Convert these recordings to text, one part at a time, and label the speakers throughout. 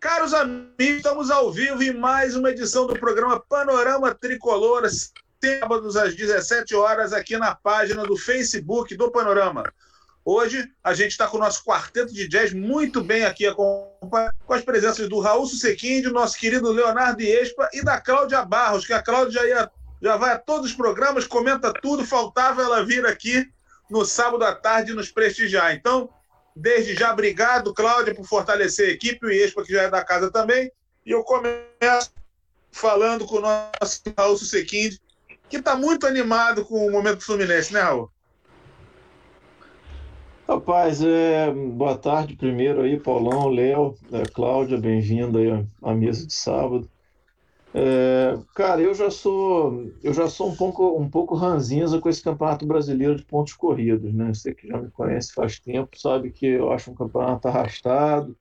Speaker 1: Caros amigos, estamos ao vivo em mais uma edição do programa Panorama Tricolor, sábados às 17 horas, aqui na página do Facebook do Panorama. Hoje a gente está com o nosso quarteto de jazz muito bem aqui, com as presenças do Raul Susequinde, do nosso querido Leonardo Iespa e da Cláudia Barros, que a Cláudia já vai a todos os programas, comenta tudo, faltava ela vir aqui no sábado à tarde nos prestigiar. Então, desde já, obrigado, Cláudia, por fortalecer a equipe, o Iespa, que já é da casa também. E eu começo falando com o nosso Raul Susequinde, que está muito animado com o momento do Fluminense, né, Raul?
Speaker 2: Rapaz, boa tarde primeiro aí, Paulão, Léo, Cláudia, bem-vindo aí à mesa de sábado. Cara, eu já sou um pouco ranzinza com esse Campeonato Brasileiro de pontos corridos, né? Você que já me conhece faz tempo sabe que eu acho um campeonato arrastado,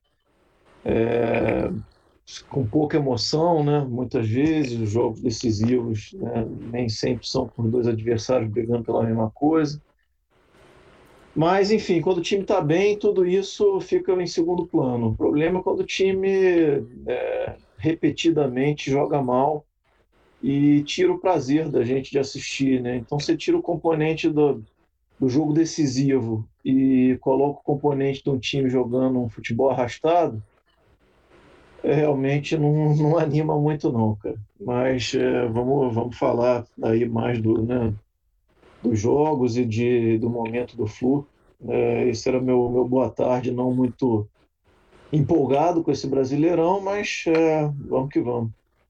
Speaker 2: com pouca emoção, né? Muitas vezes os jogos decisivos, né, nem sempre são por dois adversários brigando pela mesma coisa. Mas, enfim, quando o time está bem, tudo isso fica em segundo plano. O problema é quando o time repetidamente joga mal e tira o prazer da gente de assistir, né? Então, você tira o componente do jogo decisivo e coloca o componente de um time jogando um futebol arrastado, realmente não anima muito não, cara. Mas vamos falar aí mais dos jogos e do momento do Flu. Esse era meu boa tarde, não muito empolgado com esse Brasileirão, mas vamos que vamos.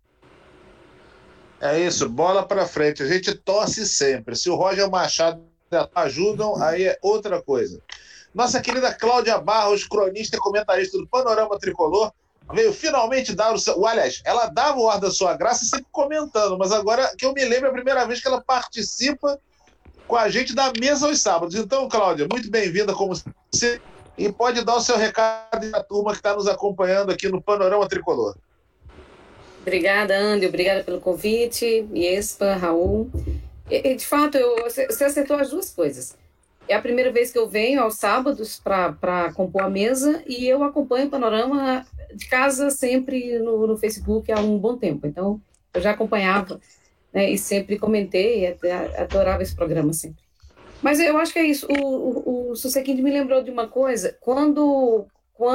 Speaker 1: É isso, bola para frente, a gente torce sempre. Se o Roger Machado ajudam, aí é outra coisa. Nossa querida Cláudia Barros, cronista e comentarista do Panorama Tricolor, veio finalmente dar o seu... Aliás, ela dava o ar da sua graça sempre comentando, mas agora que eu me lembro é a primeira vez que ela participa com a gente da mesa aos sábados. Então, Cláudia, muito bem-vinda como você, e pode dar o seu recado à turma que está nos acompanhando aqui no Panorama Tricolor.
Speaker 3: Obrigada, Andy, obrigada pelo convite, Iespa, Raul. De fato, você acertou as duas coisas. É a primeira vez que eu venho aos sábados para compor a mesa, e eu acompanho o Panorama de casa sempre no Facebook há um bom tempo. Então, eu já acompanhava, né, e sempre comentei, adorava esse programa sempre. Mas eu acho que é isso. O Susequinde me lembrou de uma coisa. Quando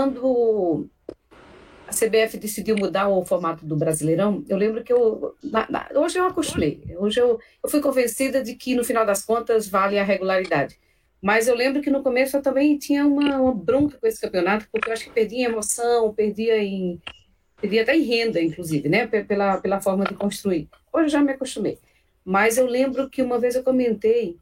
Speaker 3: a CBF decidiu mudar o formato do Brasileirão, eu lembro que hoje eu acostumei. Hoje eu fui convencida de que, no final das contas, vale a regularidade. Mas eu lembro que no começo eu também tinha uma bronca com esse campeonato, porque eu acho que perdia em emoção, perdia até em renda, inclusive, né? Pela forma de construir. Hoje eu já me acostumei. Mas eu lembro que uma vez eu comentei,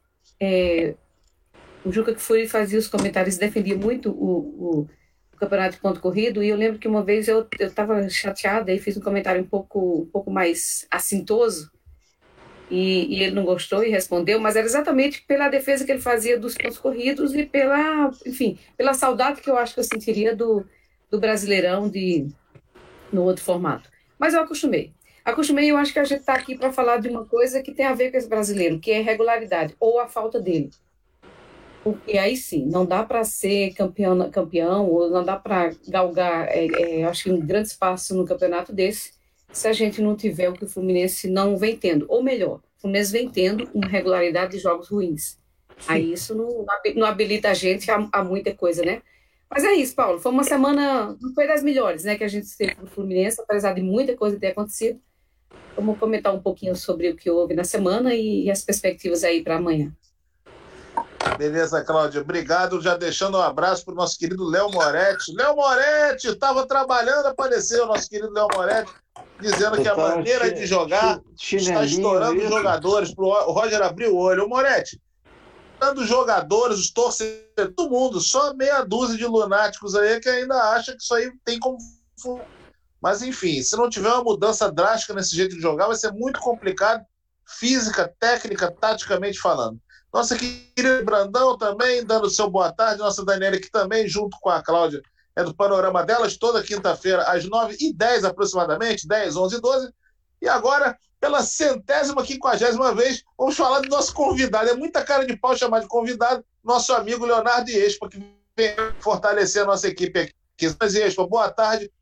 Speaker 3: o Juca Kfouri fazia os comentários, defendia muito o campeonato de ponto corrido, e eu lembro que uma vez eu estava chateada e fiz um comentário um pouco mais assintoso, e ele não gostou e respondeu, mas era exatamente pela defesa que ele fazia dos pontos corridos e pela saudade que eu acho que eu sentiria do Brasileirão no outro formato. Mas eu acostumei. E eu acho que a gente está aqui para falar de uma coisa que tem a ver com esse brasileiro, que é regularidade, ou a falta dele. Porque aí sim, não dá para ser campeão, ou não dá para galgar, acho que um grande espaço no campeonato desse, se a gente não tiver o que o Fluminense não vem tendo. Ou melhor, o Fluminense vem tendo uma regularidade de jogos ruins. Aí isso não habilita a gente a muita coisa, né? Mas é isso, Paulo. Foi uma semana, não foi das melhores, né, que a gente teve no Fluminense, apesar de muita coisa ter acontecido. Vamos comentar um pouquinho sobre o que houve na semana e as perspectivas aí para amanhã.
Speaker 1: Beleza, Cláudia. Obrigado. Já deixando um abraço para o nosso querido Léo Moretti. Léo Moretti, estava trabalhando, apareceu o nosso querido Léo Moretti, dizendo que a maneira de jogar está estourando os jogadores. O Roger abriu o olho. O Moretti, os jogadores, os torcedores, todo mundo, só meia dúzia de lunáticos aí que ainda acha que isso aí tem como... Mas, enfim, se não tiver uma mudança drástica nesse jeito de jogar, vai ser muito complicado, física, técnica, taticamente falando. Nossa querida Brandão também, dando seu boa tarde. Nossa Daniela, que também, junto com a Cláudia, é do Panorama delas, toda quinta-feira, às 9h10 aproximadamente, 10, 11, 12. E agora, pela 150ª vez, vamos falar do nosso convidado. É muita cara de pau chamar de convidado, nosso amigo Leonardo Iespa, que vem fortalecer a nossa equipe aqui. Mas, Iespa, boa tarde.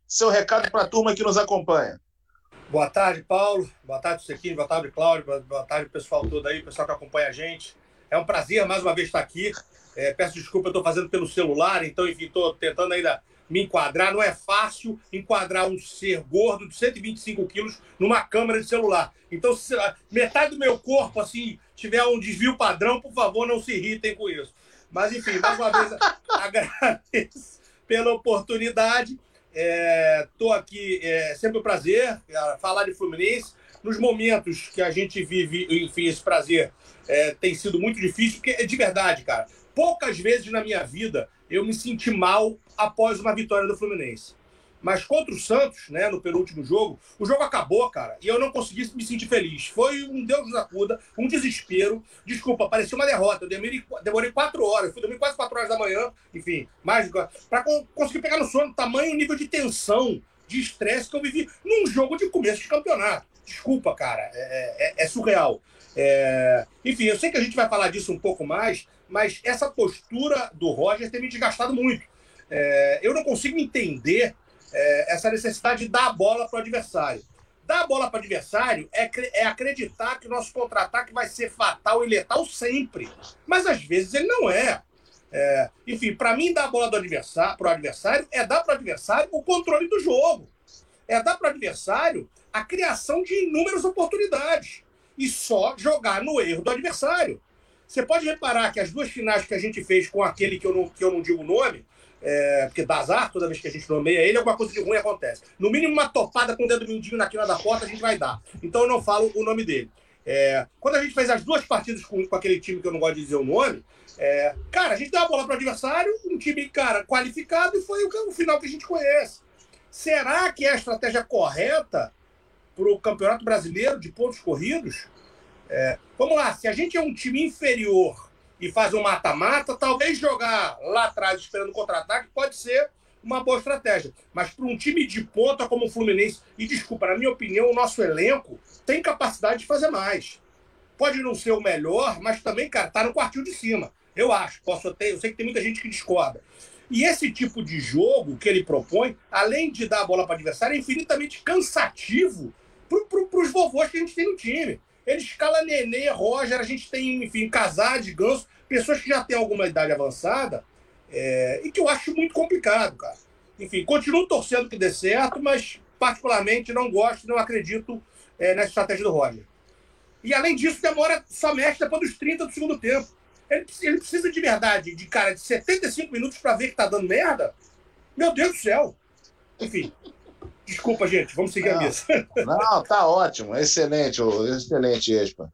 Speaker 1: seu recado para a turma que nos acompanha.
Speaker 4: Boa tarde, Paulo. Boa tarde, Sequinho. Boa tarde, Cláudio. Boa tarde, pessoal todo aí, pessoal que acompanha a gente. É um prazer, mais uma vez, estar aqui. Peço desculpa, eu estou fazendo pelo celular, então, enfim, estou tentando ainda me enquadrar. Não é fácil enquadrar um ser gordo de 125 quilos numa câmera de celular. Então, se metade do meu corpo, assim, tiver um desvio padrão, por favor, não se irritem com isso. Mas, enfim, mais uma vez, agradeço pela oportunidade. Estou aqui, sempre um prazer falar de Fluminense. Nos momentos que a gente vive, enfim, esse prazer tem sido muito difícil, porque, de verdade, cara, poucas vezes na minha vida eu me senti mal após uma vitória do Fluminense. Mas contra o Santos, né, no penúltimo jogo, o jogo acabou, cara, e eu não consegui me sentir feliz. Foi um Deus nos acuda, um desespero. Desculpa, parecia uma derrota. Eu demorei 4 horas, fui dormir quase 4 horas da manhã, enfim, mais para conseguir pegar no sono, tamanho nível de tensão, de estresse que eu vivi num jogo de começo de campeonato. Desculpa, cara, é surreal. Enfim, eu sei que a gente vai falar disso um pouco mais, mas essa postura do Roger tem me desgastado muito. Eu não consigo entender essa necessidade de dar a bola para o adversário. Dar a bola para o adversário é acreditar que o nosso contra-ataque vai ser fatal e letal sempre. Mas às vezes ele não é. Enfim, para mim, dar a bola para o adversário é dar para o adversário o controle do jogo. É dar para o adversário a criação de inúmeras oportunidades. E só jogar no erro do adversário. Você pode reparar que as 2 finais que a gente fez com aquele que eu não digo o nome, porque dá azar, toda vez que a gente nomeia ele, alguma coisa de ruim acontece. No mínimo, uma topada com o dedo mindinho na quina da porta, a gente vai dar. Então, eu não falo o nome dele. Quando a gente fez as 2 partidas com aquele time que eu não gosto de dizer o nome, cara, a gente deu a bola para o adversário, um time, cara, qualificado, e foi o final que a gente conhece. Será que é a estratégia correta para o Campeonato Brasileiro de pontos corridos? Vamos lá, se a gente é um time inferior e faz um mata-mata, talvez jogar lá atrás esperando contra-ataque pode ser uma boa estratégia. Mas para um time de ponta como o Fluminense, e desculpa, na minha opinião, o nosso elenco tem capacidade de fazer mais. Pode não ser o melhor, mas também, cara, tá no quartil de cima. Eu acho. Eu sei que tem muita gente que discorda. E esse tipo de jogo que ele propõe, além de dar a bola para o adversário, é infinitamente cansativo para os vovôs que a gente tem no time. Ele escala Nenê, Roger, a gente tem, enfim, Casade, Ganso, pessoas que já têm alguma idade avançada, e que eu acho muito complicado, cara. Enfim, continuo torcendo que dê certo, mas particularmente não gosto, não acredito nessa estratégia do Roger. E além disso, só mexe depois dos 30 do segundo tempo. Ele precisa de verdade, de 75 minutos para ver que tá dando merda? Meu Deus do céu. Enfim. Desculpa, gente. Vamos seguir a mesa.
Speaker 1: Não, tá ótimo. Excelente, Espa.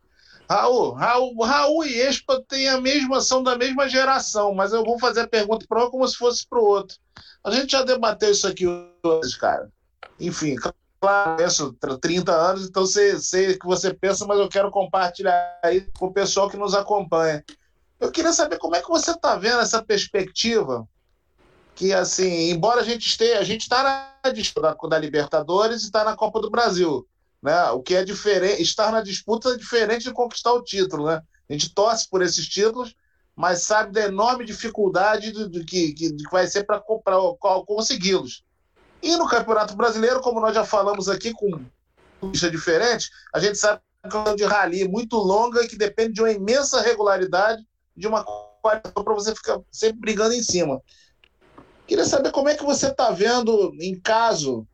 Speaker 1: Raul e Espa são da mesma geração, mas eu vou fazer a pergunta para um como se fosse para o outro. A gente já debateu isso aqui hoje, cara. Enfim, claro, isso 30 anos, então sei o que você pensa, mas eu quero compartilhar aí com o pessoal que nos acompanha. Eu queria saber como é que você está vendo essa perspectiva que, assim, embora a gente está na disputa da Libertadores e está na Copa do Brasil, né? O que é diferente, estar na disputa é diferente de conquistar o título, né? A gente torce por esses títulos, mas sabe da enorme dificuldade do que vai ser para consegui-los. E no Campeonato Brasileiro, como nós já falamos aqui com pista diferente, a gente sabe que é uma de rally muito longa e que depende de uma imensa regularidade, de uma qualidade para você ficar sempre brigando em cima. Queria saber como é que você está vendo em caso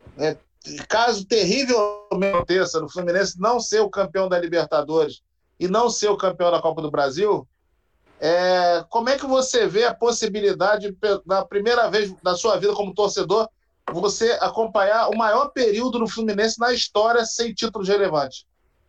Speaker 1: terrível aconteça no Fluminense não ser o campeão da Libertadores e não ser o campeão da Copa do Brasil. Como é que você vê a possibilidade, na primeira vez da sua vida como torcedor, você acompanhar o maior período do Fluminense na história sem títulos relevantes?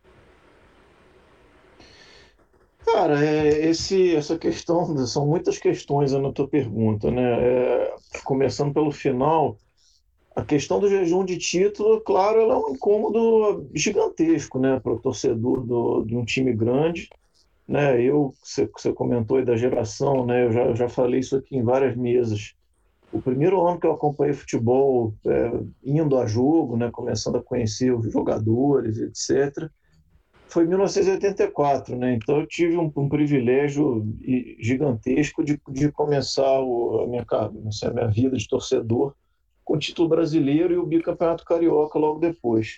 Speaker 2: Cara, essa questão, são muitas questões na tua pergunta, né? Começando pelo final, a questão do jejum de título, claro, ela é um incômodo gigantesco, né, para o torcedor de um time grande, né? Você comentou aí da geração, né? Eu já falei isso aqui em várias mesas. O primeiro ano que eu acompanhei futebol, indo a jogo, né, começando a conhecer os jogadores, etc., foi em 1984, né? Então eu tive um privilégio gigantesco de começar a minha vida de torcedor com o título brasileiro e o bicampeonato carioca logo depois.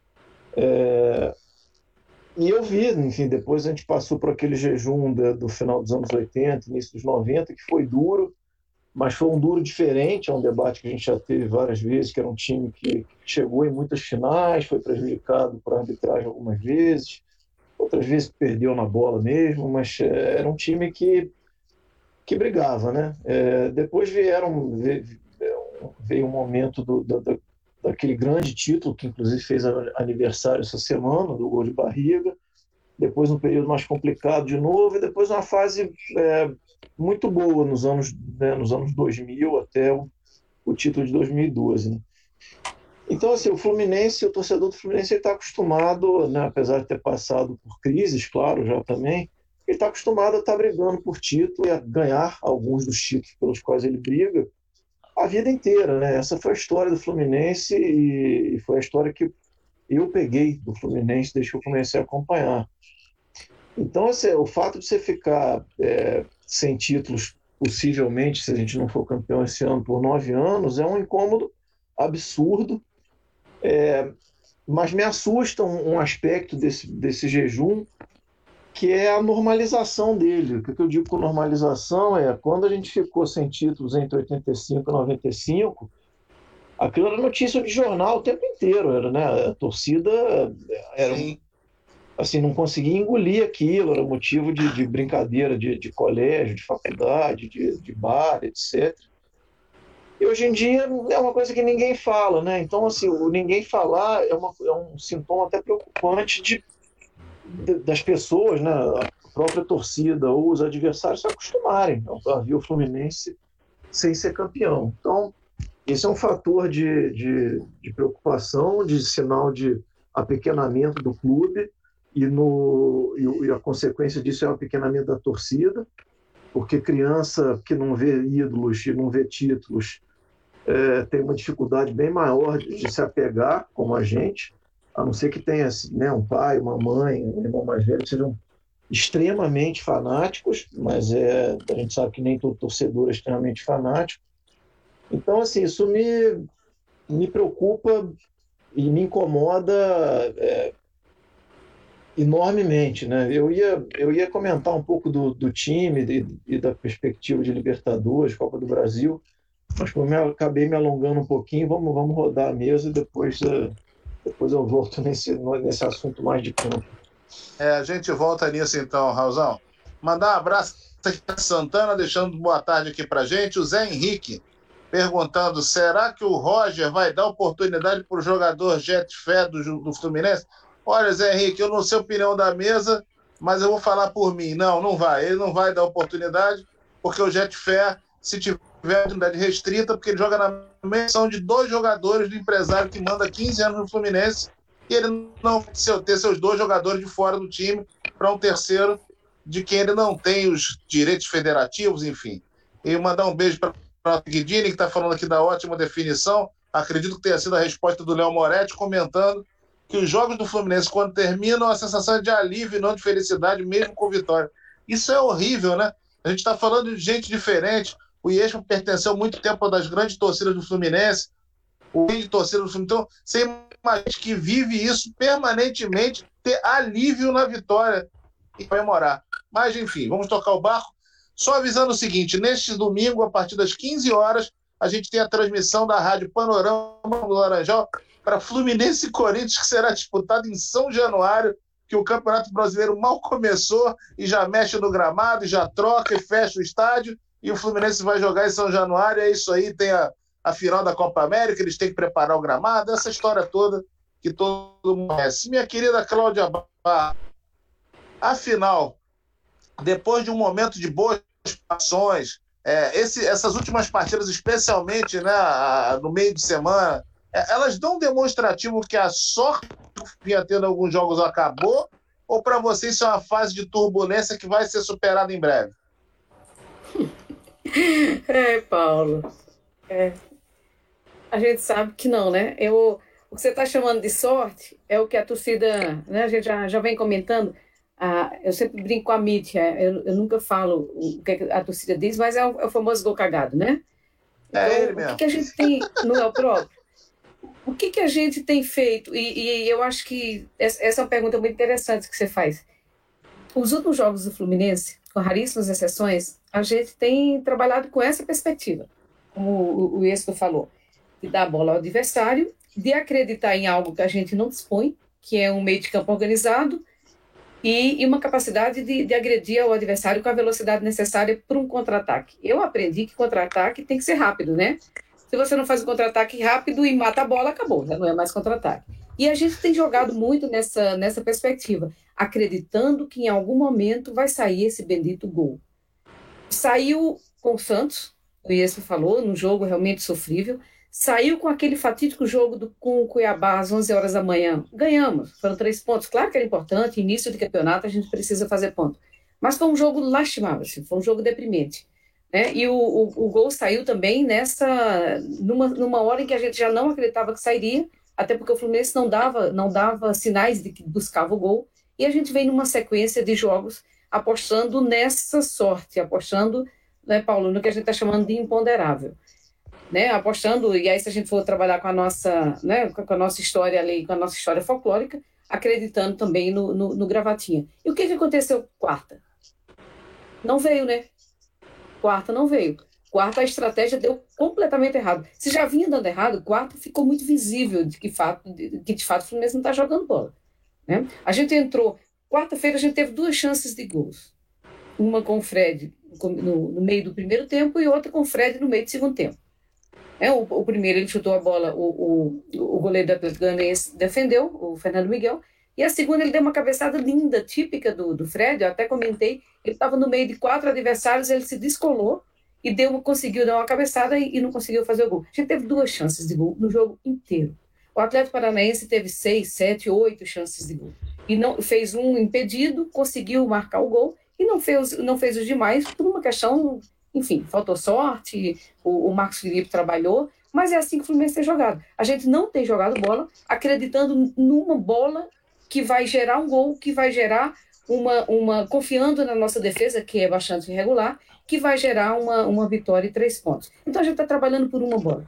Speaker 2: E eu vi, enfim, depois a gente passou por aquele jejum do final dos anos 80, início dos 90, que foi duro, mas foi um duro diferente, é um debate que a gente já teve várias vezes, que era um time que chegou em muitas finais, foi prejudicado por arbitragem algumas vezes, outras vezes perdeu na bola mesmo, mas era um time que brigava, né? Depois veio um momento daquele grande título, que inclusive fez aniversário essa semana, do gol de barriga, depois um período mais complicado de novo, e depois uma fase muito boa nos anos 2000 até o título de 2012. Né? Então, assim, o torcedor do Fluminense está acostumado, né, apesar de ter passado por crises, claro, já também, ele está acostumado a estar brigando por título e a ganhar alguns dos títulos pelos quais ele briga a vida inteira, né? Essa foi a história do Fluminense e foi a história que eu peguei do Fluminense desde que eu comecei a acompanhar. Então, assim, o fato de você ficar sem títulos, possivelmente, se a gente não for campeão esse ano, por 9 anos, é um incômodo absurdo, mas me assusta um aspecto desse jejum, que é a normalização dele. O que eu digo com normalização é, quando a gente ficou sem títulos entre 85 e 95, aquilo era notícia de jornal o tempo inteiro, era, né? A torcida era, assim, não conseguia engolir aquilo, era motivo de brincadeira de colégio, de faculdade, de bar, etc. E hoje em dia é uma coisa que ninguém fala, né? Então, assim, o ninguém falar é um sintoma até preocupante das pessoas, né, a própria torcida ou os adversários se acostumarem a ver o Fluminense sem ser campeão. Então, esse é um fator de preocupação, de sinal de apequenamento do clube, e a consequência disso é o apequenamento da torcida, porque criança que não vê ídolos e não vê títulos tem uma dificuldade bem maior de se apegar, como a gente, a não ser que tenha, né, um pai, uma mãe, um irmão mais velho, que sejam extremamente fanáticos, mas a gente sabe que nem todo torcedor é extremamente fanático. Então, assim, isso me preocupa e me incomoda enormemente, né? Eu ia comentar um pouco do time e da perspectiva de Libertadores, Copa do Brasil, mas como eu acabei me alongando um pouquinho, vamos rodar a mesa e depois eu volto nesse assunto mais de campo.
Speaker 1: A gente volta nisso então, Raulzão. Mandar um abraço para Santana, deixando boa tarde aqui para gente. O Zé Henrique perguntando, será que o Roger vai dar oportunidade para o jogador Jet Fé do Fluminense? Olha, Zé Henrique, eu não sei a opinião da mesa, mas eu vou falar por mim. Não vai. Ele não vai dar oportunidade, porque o Jet Fé, se tiver oportunidade restrita, porque ele joga na menção de 2 jogadores do empresário que manda 15 anos no Fluminense, e ele não vai ter seus 2 jogadores de fora do time para um terceiro de quem ele não tem os direitos federativos, enfim. E mandar um beijo para o Guidini, que está falando aqui da ótima definição. Acredito que tenha sido a resposta do Léo Moretti, comentando que os jogos do Fluminense, quando terminam, a sensação é de alívio e não de felicidade, mesmo com vitória. Isso é horrível, né? A gente está falando de gente diferente. O Iesco pertenceu muito tempo a uma das grandes torcidas do Fluminense, o de torcida do Fluminense. Então, você imagina que vive isso permanentemente, ter alívio na vitória e comemorar. Mas, enfim, vamos tocar o barco. Só avisando o seguinte, neste domingo, a partir das 15 horas, a gente tem a transmissão da Rádio Panorama do Laranjal para Fluminense e Corinthians, que será disputado em São Januário, que o Campeonato Brasileiro mal começou e já mexe no gramado, e já troca e fecha o estádio, e o Fluminense vai jogar em São Januário, é isso aí, tem a final da Copa América, eles têm que preparar o gramado, essa história toda que todo mundo conhece. Minha querida Cláudia Barra, afinal, depois de um momento de boas ações, essas últimas partidas, especialmente, né, no meio de semana, elas dão um demonstrativo que a sorte que vinha tendo alguns jogos acabou, ou para vocês isso é uma fase de turbulência que vai ser superada em breve?
Speaker 3: Paulo, a gente sabe que não, né? O que você está chamando de sorte é o que a torcida, né, a gente já vem comentando. Eu sempre brinco com a mídia, eu nunca falo o que a torcida diz, mas é o famoso gol cagado, né? Então,
Speaker 1: ele mesmo.
Speaker 3: O que a gente tem, não é o próprio? O que a gente tem feito? E eu acho que essa é uma pergunta muito interessante que você faz. Os últimos jogos do Fluminense, com raríssimas exceções, a gente tem trabalhado com essa perspectiva, como o Esco falou, de dar a bola ao adversário, de acreditar em algo que a gente não dispõe, que é um meio de campo organizado, e uma capacidade de agredir ao adversário com a velocidade necessária para um contra-ataque. Eu aprendi que contra-ataque tem que ser rápido, né? Se você não faz o contra-ataque rápido e mata a bola, acabou, já não é mais contra-ataque. E a gente tem jogado muito nessa perspectiva, acreditando que em algum momento vai sair esse bendito gol. Saiu com o Santos, o Iesco falou, num jogo realmente sofrível, saiu com aquele fatídico jogo com o Cuiabá às 11 horas da manhã. Ganhamos, foram 3 pontos. Claro que era importante, início de campeonato, a gente precisa fazer ponto. Mas foi um jogo lastimável, assim, foi um jogo deprimente. Né? E o gol saiu também numa hora em que a gente já não acreditava que sairia, até porque o Fluminense não dava sinais de que buscava o gol, e a gente vem numa sequência de jogos apostando nessa sorte, apostando, né, Paulo, no que a gente está chamando de imponderável. Né, apostando, e aí se a gente for trabalhar com a nossa, né, com a nossa história ali, com a nossa história folclórica, acreditando também no Gravatinha. E o que aconteceu quarta? Não veio, né? Quarta não veio. Quarta a estratégia deu completamente errado. Se já vinha dando errado, quarta ficou muito visível de que de fato o Fluminense não está jogando bola. Né? A gente entrou, quarta-feira a gente teve 2 chances de gols. Uma com o Fred no meio do primeiro tempo e outra com o Fred no meio do segundo tempo. O primeiro ele chutou a bola, o goleiro do Atlético Goianiense defendeu, o Fernando Miguel, e a segunda ele deu uma cabeçada linda, típica do Fred, eu até comentei, ele estava no meio de 4 adversários, ele se descolou e conseguiu dar uma cabeçada e não conseguiu fazer o gol. A gente teve 2 chances de gol no jogo inteiro. O Atlético Paranaense teve 6, 7, 8 chances de gol. E não, fez um impedido, conseguiu marcar o gol e não fez os demais por uma questão... Enfim, faltou sorte, o Marcos Felipe trabalhou, mas é assim que o Fluminense tem jogado. A gente não tem jogado bola acreditando numa bola que vai gerar um gol, que vai gerar confiando na nossa defesa, que é bastante irregular, que vai gerar uma vitória e 3 pontos. Então a gente está trabalhando por uma bola.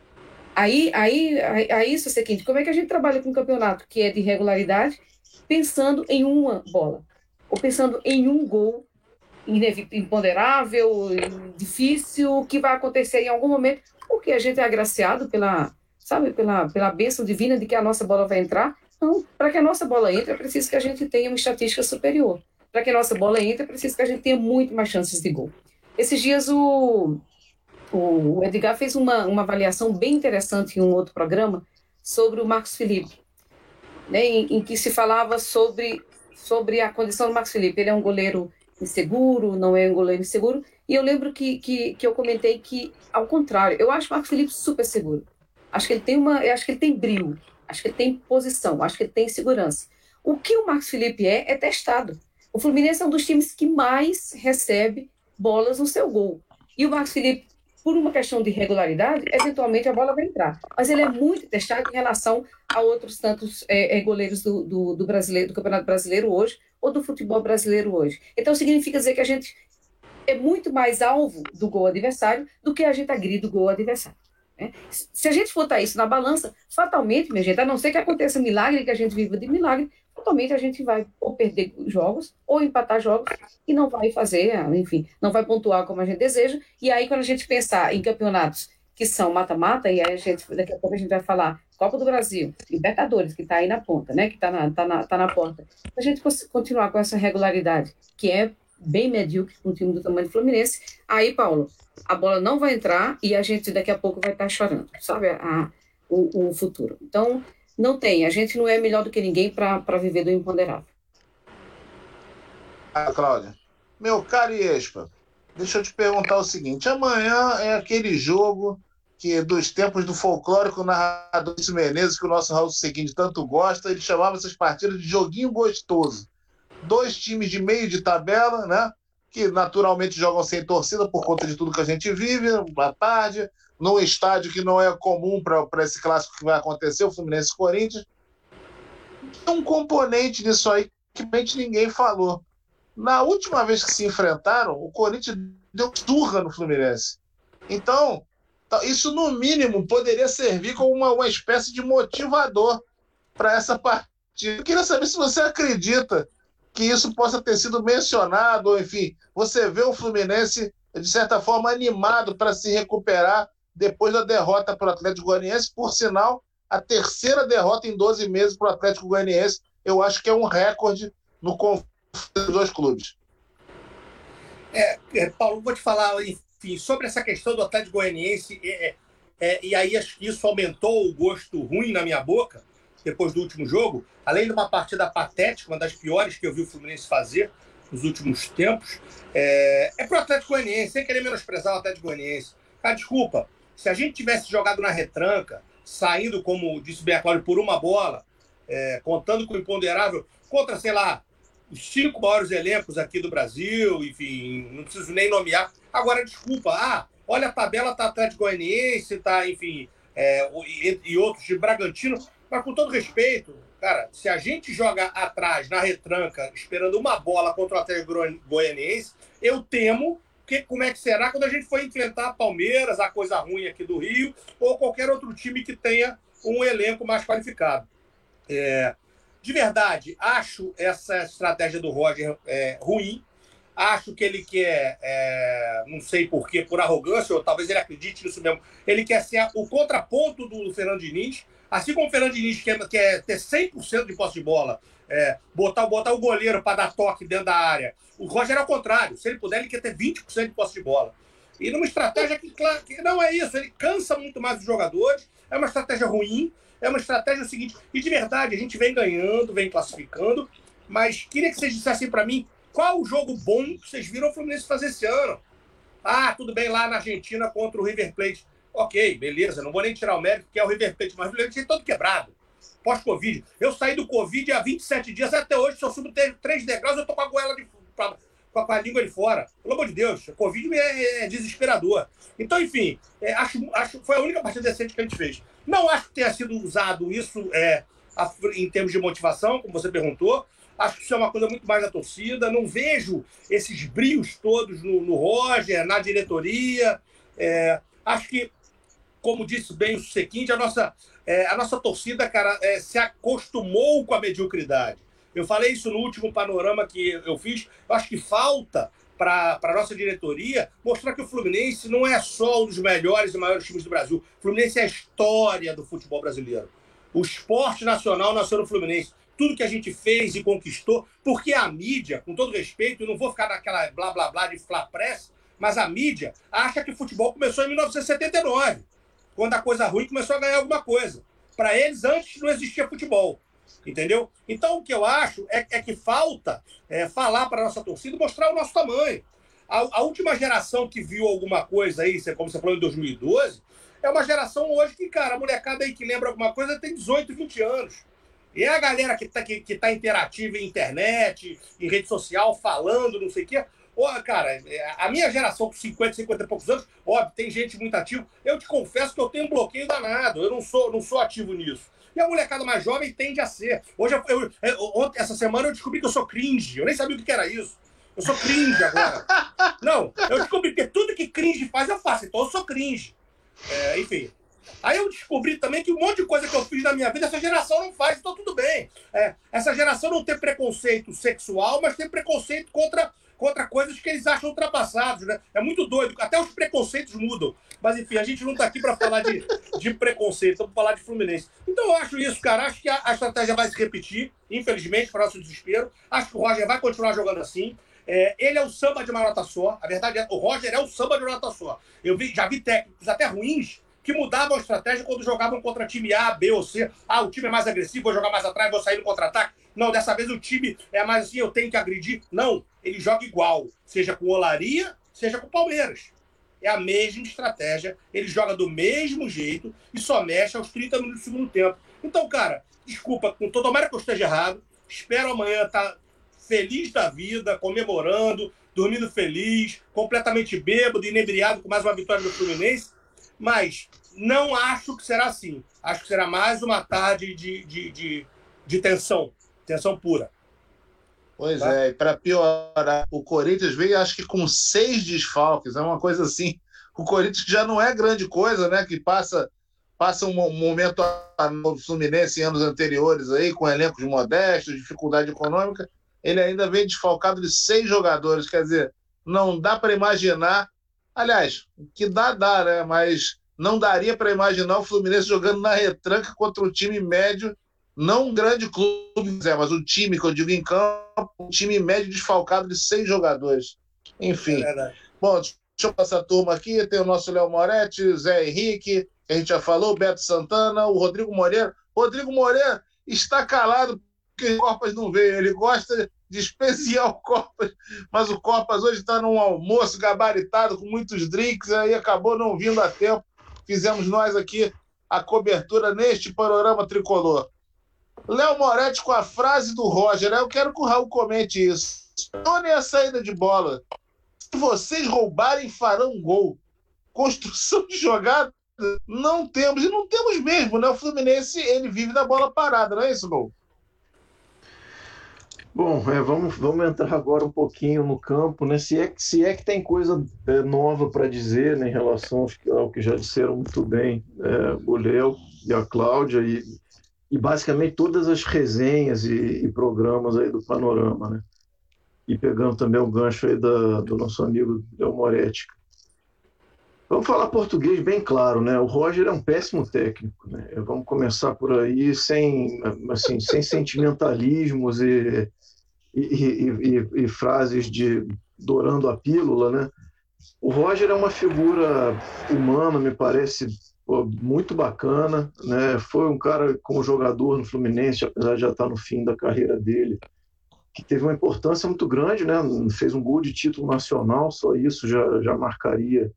Speaker 3: Aí isso, seguinte, como é que a gente trabalha com um campeonato que é de irregularidade, pensando em uma bola, ou pensando em um gol imponderável, difícil, que vai acontecer em algum momento, porque a gente é agraciado pela bênção divina de que a nossa bola vai entrar. Não, para que a nossa bola entre, é preciso que a gente tenha uma estatística superior. Para que a nossa bola entre, é preciso que a gente tenha muito mais chances de gol. Esses dias o Edgar fez uma avaliação bem interessante em um outro programa sobre o Marcos Felipe, né, em que se falava sobre a condição do Marcos Felipe. Ele é um goleiro inseguro, não é um goleiro inseguro, e eu lembro que eu comentei que, ao contrário, eu acho o Marcos Felipe super seguro. Acho que ele tem brio, acho que ele tem posição, acho que ele tem segurança. O que o Marcos Felipe é testado. O Fluminense é um dos times que mais recebe bolas no seu gol. E o Marcos Felipe, por uma questão de regularidade, eventualmente a bola vai entrar. Mas ele é muito testado em relação a outros tantos goleiros do Campeonato Brasileiro hoje, ou do futebol brasileiro hoje. Então, significa dizer que a gente é muito mais alvo do gol adversário do que a gente agride o gol adversário. Né? Se a gente botar isso na balança, fatalmente, minha gente, a não ser que aconteça milagre, que a gente viva de milagre, fatalmente a gente vai ou perder jogos, ou empatar jogos, e não vai fazer, enfim, não vai pontuar como a gente deseja. E aí, quando a gente pensar em campeonatos que são mata-mata, e aí daqui a pouco a gente vai falar Copa do Brasil, Libertadores, que está aí na ponta, né? Que está na porta. A gente continuar com essa regularidade, que é bem medíocre com um time do tamanho do Fluminense, aí, Paulo, a bola não vai entrar e a gente daqui a pouco vai estar chorando, sabe? O futuro. Então, não tem. A gente não é melhor do que ninguém para viver do imponderável.
Speaker 1: Cláudia. Meu caro Iespa, deixa eu te perguntar o seguinte. Amanhã é aquele jogo que dos tempos do folclórico narrador Menezes, que o nosso Raul Seguinte tanto gosta, ele chamava essas partidas de joguinho gostoso. 2 times de meio de tabela, né, que naturalmente jogam sem torcida por conta de tudo que a gente vive, à tarde, num estádio que não é comum para esse clássico que vai acontecer, o Fluminense e Corinthians. Tem um componente nisso aí que realmente ninguém falou. Na última vez que se enfrentaram, o Corinthians deu surra no Fluminense. Então, Isso, no mínimo, poderia servir como uma espécie de motivador para essa partida. Eu queria saber se você acredita que isso possa ter sido mencionado, ou enfim, você vê o Fluminense, de certa forma, animado para se recuperar depois da derrota para o Atlético Goianiense. Por sinal, a terceira derrota em 12 meses para o Atlético Goianiense, eu acho que é um recorde no confronto dos dois clubes.
Speaker 4: Paulo, vou te falar, enfim, sobre essa questão do Atlético Goianiense, e aí acho que isso aumentou o gosto ruim na minha boca, depois do último jogo, além de uma partida patética, uma das piores que eu vi o Fluminense fazer nos últimos tempos, pro Atlético Goianiense, sem querer menosprezar o Atlético Goianiense. Cara, desculpa, se a gente tivesse jogado na retranca, saindo, como disse bem a Cláudio, por uma bola, contando com o imponderável, contra, sei lá, os 5 maiores elencos aqui do Brasil, enfim, não preciso nem nomear. Agora, desculpa, olha a tabela, tá Atlético Goianiense, tá, enfim, e outros de Bragantino, mas com todo respeito, cara, se a gente joga atrás, na retranca, esperando uma bola contra o Atlético Goianiense, eu temo como é que será quando a gente for enfrentar Palmeiras, a coisa ruim aqui do Rio, ou qualquer outro time que tenha um elenco mais qualificado. De verdade, acho essa estratégia do Roger ruim. Acho que ele quer, não sei porquê, por arrogância, ou talvez ele acredite nisso mesmo, ele quer ser o contraponto do Fernando Diniz. Assim como o Fernando Diniz quer ter 100% de posse de bola, botar o goleiro para dar toque dentro da área. O Roger é ao contrário. Se ele puder, ele quer ter 20% de posse de bola. E numa estratégia que não é isso. Ele cansa muito mais os jogadores. É uma estratégia ruim. É uma estratégia seguinte. E de verdade, a gente vem ganhando, vem classificando. Mas queria que vocês dissessem para mim qual o jogo bom que vocês viram o Fluminense fazer esse ano. Tudo bem, lá na Argentina contra o River Plate. Ok, beleza, não vou nem tirar o mérito, que é o River Plate, mas o River Plate é todo quebrado. Pós-Covid. Eu saí do Covid há 27 dias, até hoje, se eu subo 3 degraus, eu tô com a goela com a língua de fora. Pelo amor de Deus, o Covid é desesperador. Então, enfim, acho foi a única partida decente que a gente fez. Não acho que tenha sido usado isso em termos de motivação, como você perguntou. Acho que isso é uma coisa muito mais da torcida. Não vejo esses brios todos no Roger, na diretoria. Acho que, como disse bem o seguinte, a nossa torcida, cara, se acostumou com a mediocridade. Eu falei isso no último panorama que eu fiz. Eu acho que falta para a nossa diretoria mostrar que o Fluminense não é só um dos melhores e maiores times do Brasil. O Fluminense é a história do futebol brasileiro. O esporte nacional nasceu no Fluminense. Tudo que a gente fez e conquistou, porque a mídia, com todo respeito, eu não vou ficar naquela blá blá blá de flá press, mas a mídia acha que o futebol começou em 1979, quando a coisa ruim começou a ganhar alguma coisa. Para eles, antes não existia futebol. Entendeu? Então, o que eu acho é que falta falar para a nossa torcida e mostrar o nosso tamanho. A última geração que viu alguma coisa aí, como você falou, em 2012, é uma geração hoje que, cara, a molecada aí que lembra alguma coisa tem 18, 20 anos. E é a galera que tá interativa em internet, em rede social, falando, não sei o quê. Cara, a minha geração com 50 e poucos anos, óbvio, tem gente muito ativa. Eu te confesso que eu tenho um bloqueio danado. Eu não sou ativo nisso. E a molecada mais jovem tende a ser. Hoje, essa semana eu descobri que eu sou cringe. Eu nem sabia o que era isso. Eu sou cringe agora. Não, eu descobri que tudo que cringe faz, eu faço. Então eu sou cringe. Enfim. Aí eu descobri também que um monte de coisa que eu fiz na minha vida, essa geração não faz, então tudo bem. Essa geração não tem preconceito sexual, mas tem preconceito contra coisas que eles acham ultrapassados, né? É muito doido. Até os preconceitos mudam. Mas, enfim, a gente não está aqui para falar de preconceito, estamos para falar de Fluminense. Então, eu acho isso, cara. Acho que a estratégia vai se repetir, infelizmente, para o nosso desespero. Acho que o Roger vai continuar jogando assim. Ele é o samba de uma nota só. A verdade é o Roger é o samba de uma nota só. Já vi técnicos até ruins que mudavam a estratégia quando jogavam contra time A, B ou C. O time é mais agressivo, vou jogar mais atrás, vou sair no contra-ataque. Não, dessa vez o time é mais assim, eu tenho que agredir. Não, ele joga igual, seja com o Olaria, seja com o Palmeiras. É a mesma estratégia, ele joga do mesmo jeito e só mexe aos 30 minutos do segundo tempo. Então, cara, desculpa, tomara que eu esteja errado, espero amanhã estar feliz da vida, comemorando, dormindo feliz, completamente bêbado, inebriado com mais uma vitória do Fluminense, mas não acho que será assim. Acho que será mais uma tarde de tensão pura.
Speaker 1: Pois é, e para piorar, o Corinthians veio, acho que com 6 desfalques, é uma coisa assim O Corinthians já não é grande coisa, né? Que passa um momento no Fluminense em anos anteriores aí, com elencos modestos, dificuldade econômica. Ele ainda vem desfalcado de 6 jogadores, quer dizer, não dá para imaginar. Aliás, que dá, né? Mas não daria para imaginar o Fluminense jogando na retranca contra um time médio, não um grande clube, mas um time, que eu digo em campo, um time médio desfalcado de 6 jogadores. Enfim. Bom, deixa eu passar a turma aqui. Tem o nosso Léo Moretti, Zé Henrique, que a gente já falou, Beto Santana, o Rodrigo Moreira. Rodrigo Moreira está calado porque o Corpas não veio. Ele gosta de especial Corpas, mas o Corpas hoje está num almoço gabaritado com muitos drinks, aí acabou não vindo a tempo. Fizemos nós aqui a cobertura neste panorama tricolor. Léo Moretti com a frase do Roger, né? Eu quero que o Raul comente isso. Onde é a saída de bola? Se vocês roubarem, farão gol. Construção de jogada, não temos. E não temos mesmo, né? O Fluminense, ele vive da bola parada, não é isso, Gol?
Speaker 2: Bom, vamos entrar agora um pouquinho no campo, né? Se é que tem coisa nova para dizer, né, em relação ao que já disseram muito bem o Léo e a Cláudia e basicamente todas as resenhas e programas aí do Panorama, né? E pegando também o gancho aí do nosso amigo Léo Moretti. Vamos falar português bem claro, né? O Roger é um péssimo técnico, né? Vamos começar por aí sem sentimentalismos e frases de dourando a pílula, né? O Roger é uma figura humana, me parece, muito bacana, né? Foi um cara como jogador no Fluminense, apesar de já estar no fim da carreira dele, que teve uma importância muito grande, né? Fez um gol de título nacional, só isso já marcaria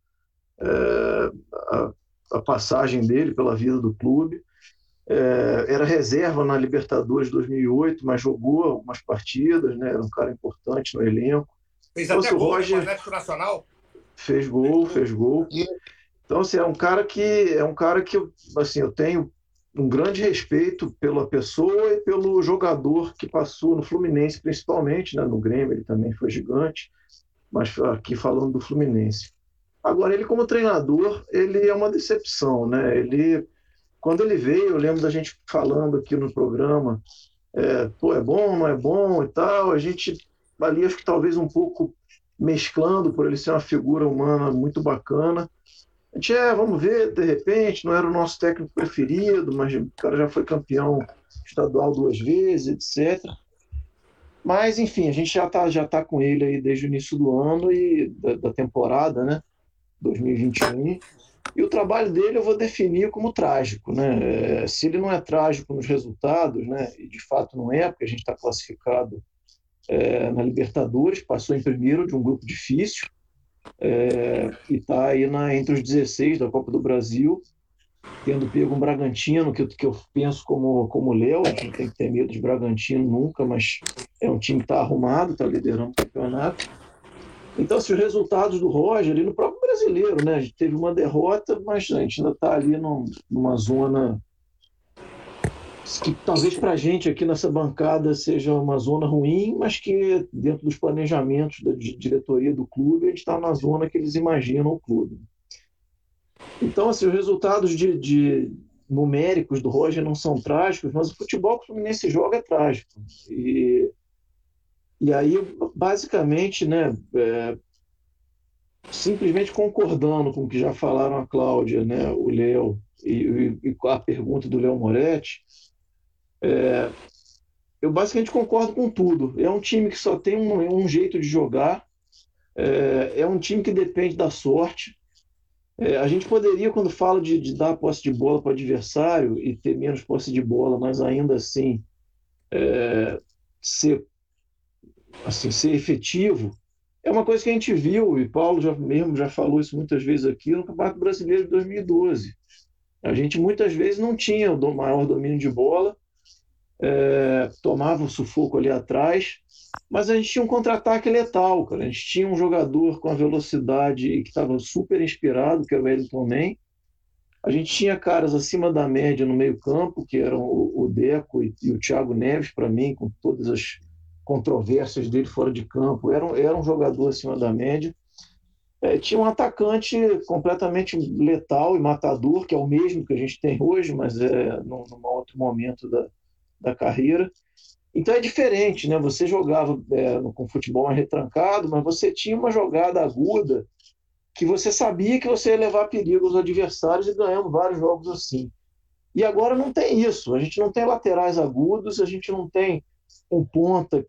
Speaker 2: a passagem dele pela vida do clube. Era reserva na Libertadores 2008, mas jogou algumas partidas, né? Era um cara importante no elenco.
Speaker 4: Fez até gol no Atlético Nacional.
Speaker 2: Fez gol. Então, assim, é um cara que assim, eu tenho um grande respeito pela pessoa e pelo jogador que passou no Fluminense, principalmente, né? No Grêmio ele também foi gigante, mas aqui falando do Fluminense. Agora, ele como treinador, ele é uma decepção, né? Quando ele veio, eu lembro da gente falando aqui no programa, é bom, não é bom e tal, a gente ali acho que talvez um pouco mesclando por ele ser uma figura humana muito bacana. A gente, vamos ver, de repente, não era o nosso técnico preferido, mas o cara já foi campeão estadual 2 vezes, etc. Mas, enfim, a gente já tá com ele aí desde o início do ano e da temporada, né? 2021. E o trabalho dele eu vou definir como trágico, né? Se ele não é trágico nos resultados, né? E de fato não é, porque a gente está classificado na Libertadores, passou em primeiro de um grupo difícil, e está aí entre os 16 da Copa do Brasil, tendo pego um Bragantino, que eu penso como Léo, a gente não tem que ter medo de Bragantino nunca, mas é um time que está arrumado, está liderando o campeonato. Então, os resultados do Roger, ali no próprio brasileiro, né? A gente teve uma derrota, mas a gente ainda está ali numa zona que talvez para a gente aqui nessa bancada seja uma zona ruim, mas que dentro dos planejamentos da diretoria do clube, a gente está na zona que eles imaginam o clube. Então, assim, os resultados numéricos do Roger não são trágicos, mas o futebol que o Fluminense joga é trágico. E aí, basicamente, né, simplesmente concordando com o que já falaram a Cláudia, né, o Léo e a pergunta do Léo Moretti, eu basicamente concordo com tudo. É um time que só tem um jeito de jogar, é um time que depende da sorte. A gente poderia, quando fala de dar posse de bola para o adversário e ter menos posse de bola, mas ainda assim ser efetivo, é uma coisa que a gente viu, e Paulo já falou isso muitas vezes aqui, no Campeonato Brasileiro de 2012. A gente muitas vezes não tinha o maior domínio de bola, tomava um sufoco ali atrás, mas a gente tinha um contra-ataque letal, cara. A gente tinha um jogador com a velocidade que estava super inspirado, que era o Wellington Nem. A gente tinha caras acima da média no meio-campo, que eram o Deco e o Thiago Neves, para mim, com todas as controvérsias dele fora de campo. Era um jogador acima da média. tinha um atacante completamente letal e matador, que é o mesmo que a gente tem hoje, mas num outro momento da carreira. Então é diferente, né? Você jogava com futebol mais retrancado, mas você tinha uma jogada aguda que você sabia que você ia levar perigo aos adversários, e ganhamos vários jogos assim. E agora não tem isso. A gente não tem laterais agudos, a gente não tem um ponta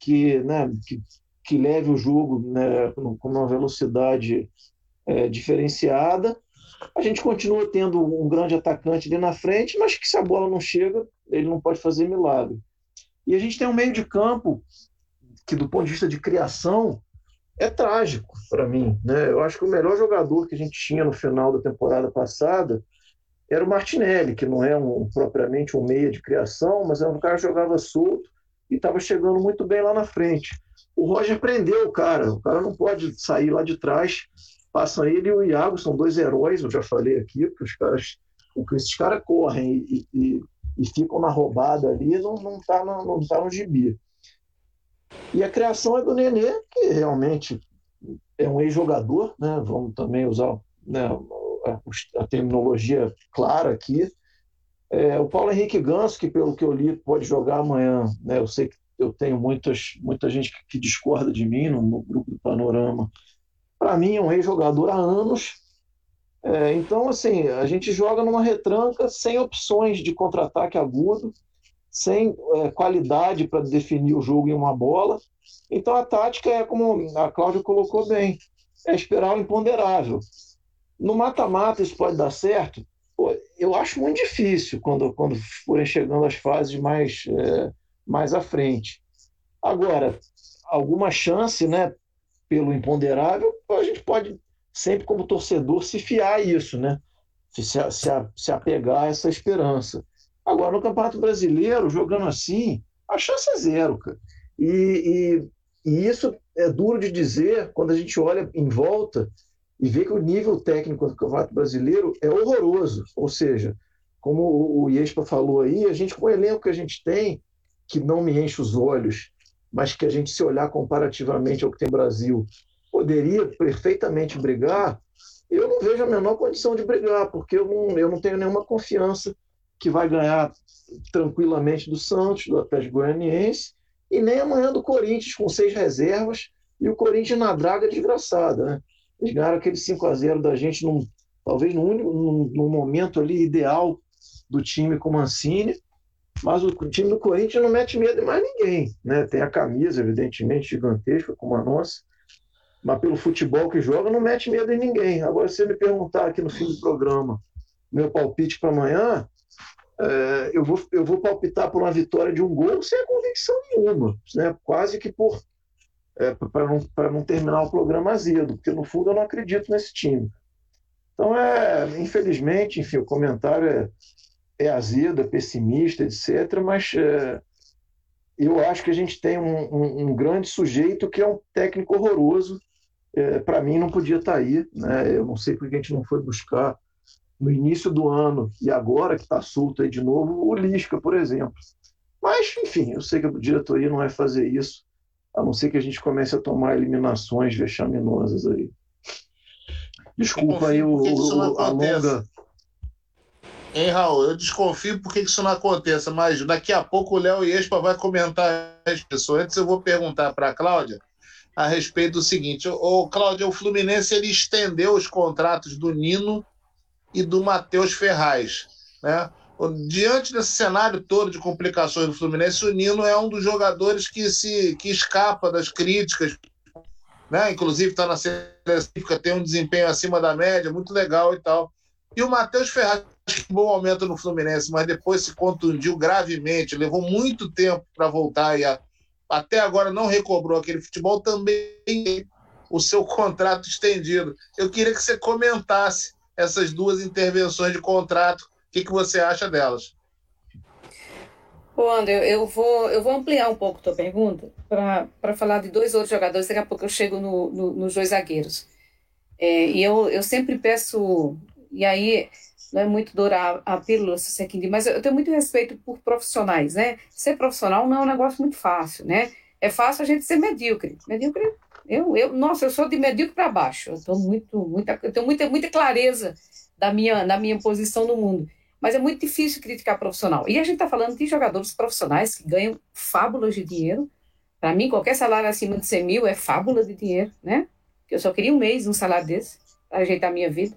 Speaker 2: que leve o jogo, né, com uma velocidade diferenciada. A gente continua tendo um grande atacante ali na frente, mas que se a bola não chega, ele não pode fazer milagre. E a gente tem um meio de campo que, do ponto de vista de criação, é trágico para mim, né? Eu acho que o melhor jogador que a gente tinha no final da temporada passada era o Martinelli, que não é propriamente um meia de criação, mas era um cara que jogava solto e estava chegando muito bem lá na frente. O Roger prendeu o cara não pode sair lá de trás. Passam ele e o Iago, são dois heróis, eu já falei aqui, porque esses caras correm e ficam na roubada ali, não tá no gibi. E a criação é do Nenê, que realmente é um ex-jogador, né? Vamos também usar, né, a terminologia clara aqui. O Paulo Henrique Ganso, que pelo que eu li pode jogar amanhã, né? Eu sei que eu tenho muita gente que discorda de mim no grupo do Panorama. Para mim é um ex-jogador há anos. Então, assim, a gente joga numa retranca sem opções de contra-ataque agudo, sem qualidade para definir o jogo em uma bola. Então a tática é, como a Cláudia colocou bem, é esperar o imponderável. No mata-mata isso pode dar certo? Pô, eu acho muito difícil quando forem chegando as fases mais à frente. Agora, alguma chance, né, pelo imponderável, a gente pode sempre, como torcedor, se fiar a isso, né? Se apegar a essa esperança. Agora, no Campeonato Brasileiro, jogando assim, a chance é zero, cara. E isso é duro de dizer quando a gente olha em volta e vê que o nível técnico do Campeonato Brasileiro é horroroso. Ou seja, como o Iespa falou aí, a gente, com o elenco que a gente tem, que não me enche os olhos, mas que a gente, se olhar comparativamente ao que tem no Brasil, poderia perfeitamente brigar, eu não vejo a menor condição de brigar, porque eu não tenho nenhuma confiança que vai ganhar tranquilamente do Santos, do Atlético Goianiense, e nem amanhã do Corinthians, com 6 reservas, e o Corinthians na draga desgraçada, né? Eles ganharam aquele 5-0 da gente, talvez no momento ali ideal do time com o Mancini, mas o time do Corinthians não mete medo de mais ninguém, né? Tem a camisa, evidentemente, gigantesca, como a nossa, mas pelo futebol que joga, não mete medo em ninguém. Agora, se você me perguntar aqui no fim do programa, meu palpite para amanhã, eu vou palpitar por uma vitória de 1 gol sem convicção nenhuma, né? Quase que para não terminar o programa azedo, porque no fundo eu não acredito nesse time. Então, infelizmente, enfim, o comentário é azedo, é pessimista, etc., mas eu acho que a gente tem um grande sujeito que é um técnico horroroso. Para mim não podia estar aí, né? Eu não sei porque a gente não foi buscar no início do ano e agora que está solto aí de novo o Lisca, por exemplo. Mas, enfim, eu sei que a diretoria não vai fazer isso, a não ser que a gente comece a tomar eliminações vexaminosas aí. Desculpa aí a longa...
Speaker 1: Hein, Raul? Eu desconfio por que isso não aconteça, mas daqui a pouco o Léo Iespa vai comentar isso. Antes eu vou perguntar para a Cláudia a respeito do seguinte. Cláudia, o Fluminense ele estendeu os contratos do Nino e do Matheus Ferraz, né? Diante desse cenário todo de complicações do Fluminense, o Nino é um dos jogadores que escapa das críticas, né? Inclusive está na seleção, tem um desempenho acima da média, muito legal e tal. E o Matheus Ferraz, que um bom aumento no Fluminense, mas depois se contundiu gravemente, levou muito tempo para voltar e até agora não recobrou aquele futebol, também tem o seu contrato estendido. Eu queria que você comentasse essas duas intervenções de contrato. O que você acha delas?
Speaker 3: André, eu vou ampliar um pouco a tua pergunta para falar de 2 outros jogadores. Daqui a pouco eu chego nos 2 zagueiros. E eu sempre peço, e aí não é muito dourar a pílula, mas eu tenho muito respeito por profissionais, né? Ser profissional não é um negócio muito fácil, né? É fácil a gente ser medíocre. Medíocre Nossa, eu sou de medíocre para baixo. Eu tenho muita clareza da minha posição no mundo. Mas é muito difícil criticar profissional. E a gente está falando de jogadores profissionais que ganham fábulas de dinheiro. Para mim, qualquer salário acima de 100 mil é fábula de dinheiro, né? Eu só queria um mês, um salário desse, para ajeitar a minha vida.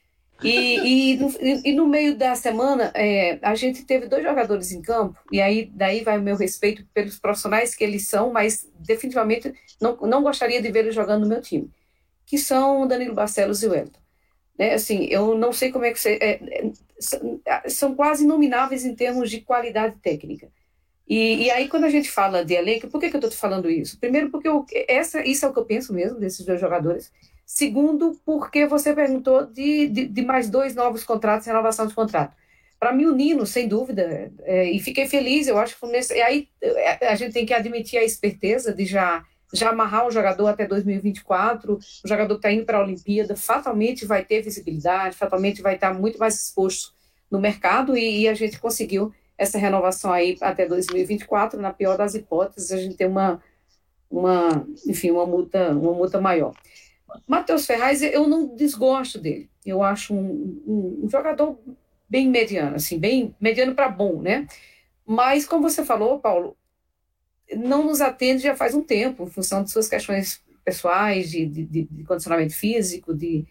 Speaker 3: E no meio da semana, a gente teve 2 jogadores em campo, e aí daí vai o meu respeito pelos profissionais que eles são, mas definitivamente não gostaria de vê-los jogando no meu time, que são o Danilo Barcelos e o Wellington. Né? Assim, eu não sei como é que são quase inomináveis em termos de qualidade técnica. E aí, quando a gente fala de elenco, por que eu estou te falando isso? Primeiro, porque isso é o que eu penso mesmo desses 2 jogadores. Segundo, porque você perguntou de mais 2 novos contratos, renovação de contrato. Para mim, o Nino, sem dúvida, e fiquei feliz, eu acho que e aí a gente tem que admitir a esperteza de já amarrar o jogador até 2024, o jogador que está indo para a Olimpíada, fatalmente vai ter visibilidade, fatalmente vai estar muito mais exposto no mercado, e a gente conseguiu essa renovação aí até 2024, na pior das hipóteses, a gente tem uma multa maior. Matheus Ferraz, eu não desgosto dele. Eu acho um jogador bem mediano, assim, bem mediano para bom, né? Mas, como você falou, Paulo, não nos atende já faz um tempo, em função de suas questões pessoais, de condicionamento físico,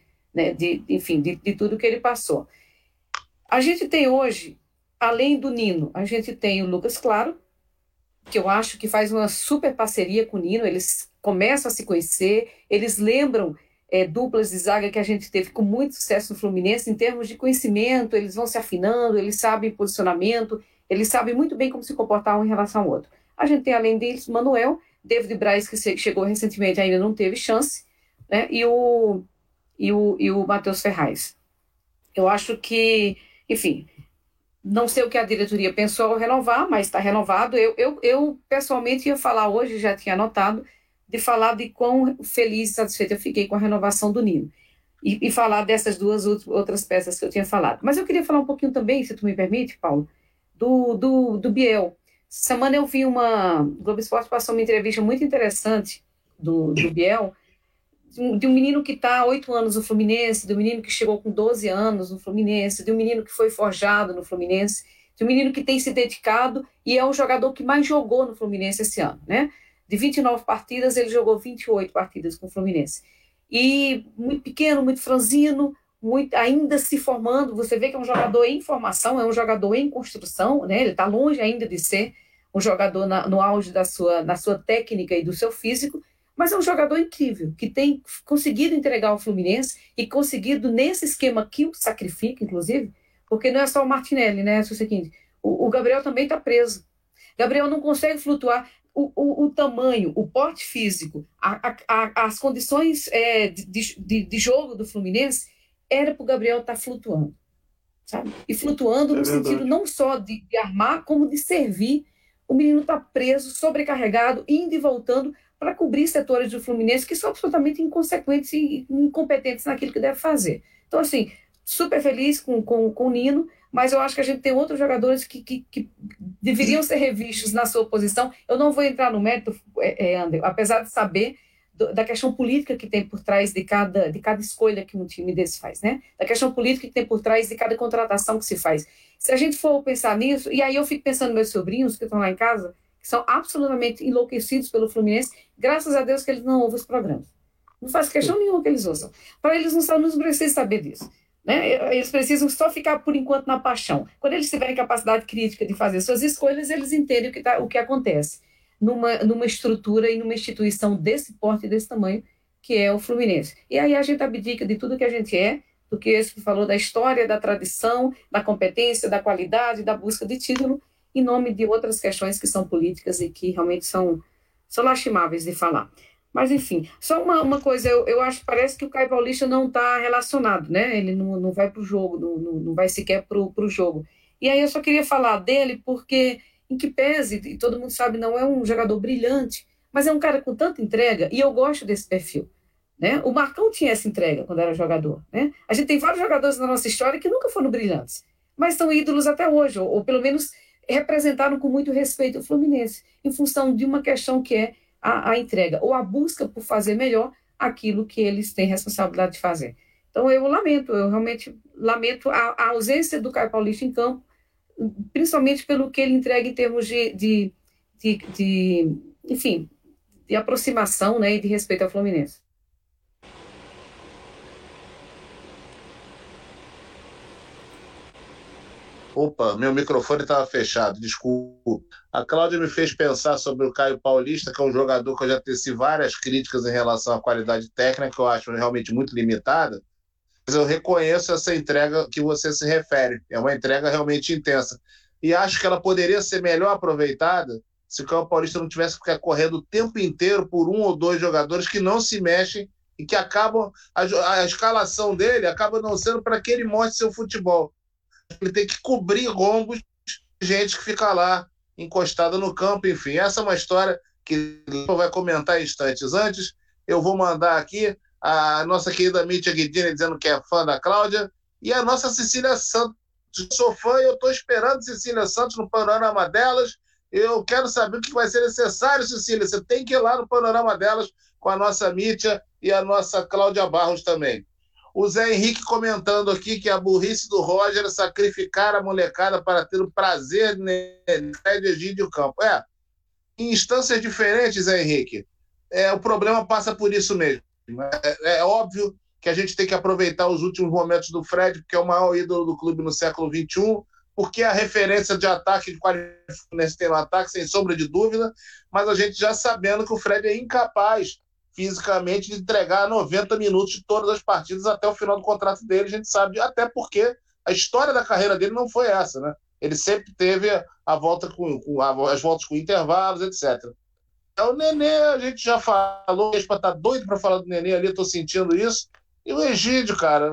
Speaker 3: enfim, de tudo que ele passou. A gente tem hoje, além do Nino, a gente tem o Lucas Claro, que eu acho que faz uma super parceria com o Nino, eles começam a se conhecer, eles lembram duplas de zaga que a gente teve com muito sucesso no Fluminense, em termos de conhecimento, eles vão se afinando, eles sabem posicionamento, eles sabem muito bem como se comportar um em relação ao outro. A gente tem, além deles, Manuel, David Braz, que chegou recentemente, ainda não teve chance, né? E o Matheus Ferraz. Eu acho que, enfim, não sei o que a diretoria pensou ao renovar, mas está renovado. Eu pessoalmente ia falar hoje, já tinha anotado, de falar de quão feliz e satisfeita eu fiquei com a renovação do Nino. E falar dessas 2 outras peças que eu tinha falado. Mas eu queria falar um pouquinho também, se tu me permite, Paulo, do Biel. Semana eu vi o Globo Esporte passou uma entrevista muito interessante do Biel, de um menino que está há 8 anos no Fluminense, de um menino que chegou com 12 anos no Fluminense, de um menino que foi forjado no Fluminense, de um menino que tem se dedicado e é o jogador que mais jogou no Fluminense esse ano, né? De 29 partidas, ele jogou 28 partidas com o Fluminense. E muito pequeno, muito franzino, ainda se formando. Você vê que é um jogador em formação, é um jogador em construção, né? Ele está longe ainda de ser um jogador no auge da sua técnica e do seu físico, mas é um jogador incrível, que tem conseguido entregar ao Fluminense e conseguido, nesse esquema que o sacrifica, inclusive, porque não é só o Martinelli, né, Susequinde? O Gabriel também está preso. Gabriel não consegue flutuar. O tamanho, o porte físico, as condições de jogo do Fluminense era para o Gabriel estar flutuando, sabe? E flutuando no sentido não só de armar, como de servir. O menino está preso, sobrecarregado, indo e voltando para cobrir setores do Fluminense que são absolutamente inconsequentes e incompetentes naquilo que deve fazer. Então, assim, super feliz com o Nino, mas eu acho que a gente tem outros jogadores que deveriam ser revistos na sua posição. Eu não vou entrar no mérito, André, apesar de saber da questão política que tem por trás de cada escolha que um time desse faz, né? Da questão política que tem por trás de cada contratação que se faz. Se a gente for pensar nisso, e aí eu fico pensando nos meus sobrinhos que estão lá em casa, que são absolutamente enlouquecidos pelo Fluminense, graças a Deus que eles não ouvem os programas. Não faz questão nenhuma que eles ouçam. Para eles não precisam saber disso. Né? Eles precisam só ficar, por enquanto, na paixão. Quando eles tiverem capacidade crítica de fazer suas escolhas, eles entendem o que acontece numa estrutura e numa instituição desse porte e desse tamanho, que é o Fluminense. E aí a gente abdica de tudo que a gente é, do que esse que falou da história, da tradição, da competência, da qualidade, da busca de título, em nome de outras questões que são políticas e que realmente são lastimáveis de falar. Mas, enfim, só uma coisa, eu acho que parece que o Caio Paulista não está relacionado, né? Ele não vai para o jogo, não vai sequer para o jogo. E aí eu só queria falar dele porque, em que pese, e todo mundo sabe, não é um jogador brilhante, mas é um cara com tanta entrega, e eu gosto desse perfil. Né? O Marcão tinha essa entrega quando era jogador. Né? A gente tem vários jogadores na nossa história que nunca foram brilhantes, mas são ídolos até hoje, ou pelo menos representaram com muito respeito o Fluminense, em função de uma questão que é a entrega ou a busca por fazer melhor aquilo que eles têm responsabilidade de fazer. Então, eu realmente lamento a ausência do Caio Paulista em campo, principalmente pelo que ele entrega em termos enfim, de aproximação, né, e de respeito ao Fluminense.
Speaker 1: Opa, meu microfone estava fechado, desculpa. A Cláudia me fez pensar sobre o Caio Paulista, que é um jogador que eu já teci várias críticas em relação à qualidade técnica, que eu acho realmente muito limitada, mas eu reconheço essa entrega que você se refere. É uma entrega realmente intensa. E acho que ela poderia ser melhor aproveitada se o Caio Paulista não tivesse que ficar correndo o tempo inteiro por um ou dois jogadores que não se mexem e que acabam... A escalação dele acaba não sendo para que ele mostre seu futebol. Ele tem que cobrir rombos de gente que fica lá encostada no campo, enfim. Essa é uma história que vai comentar instantes antes. Eu vou mandar aqui a nossa querida Mítia Guidini dizendo que é fã da Cláudia e a nossa Cecília Santos. Sou fã e eu estou esperando Cecília Santos no panorama delas. Eu quero saber o que vai ser necessário, Cecília. Você tem que ir lá no panorama delas com a nossa Mítia e a nossa Cláudia Barros também. O Zé Henrique comentando aqui que a burrice do Roger é sacrificar a molecada para ter o prazer de Egídio Campo. Em instâncias diferentes, Zé Henrique, o problema passa por isso mesmo. É óbvio que a gente tem que aproveitar os últimos momentos do Fred, porque é o maior ídolo do clube no século XXI, porque a referência de ataque de qualidade tem no ataque, sem sombra de dúvida, mas a gente já sabendo que o Fred é incapaz fisicamente de entregar 90 minutos de todas as partidas até o final do contrato dele, a gente sabe, até porque a história da carreira dele não foi essa, né? Ele sempre teve a volta as voltas com intervalos, etc. O Nenê, a gente já falou, o Espa tá doido para falar do Nenê ali, eu tô sentindo isso. E o Egídio, cara,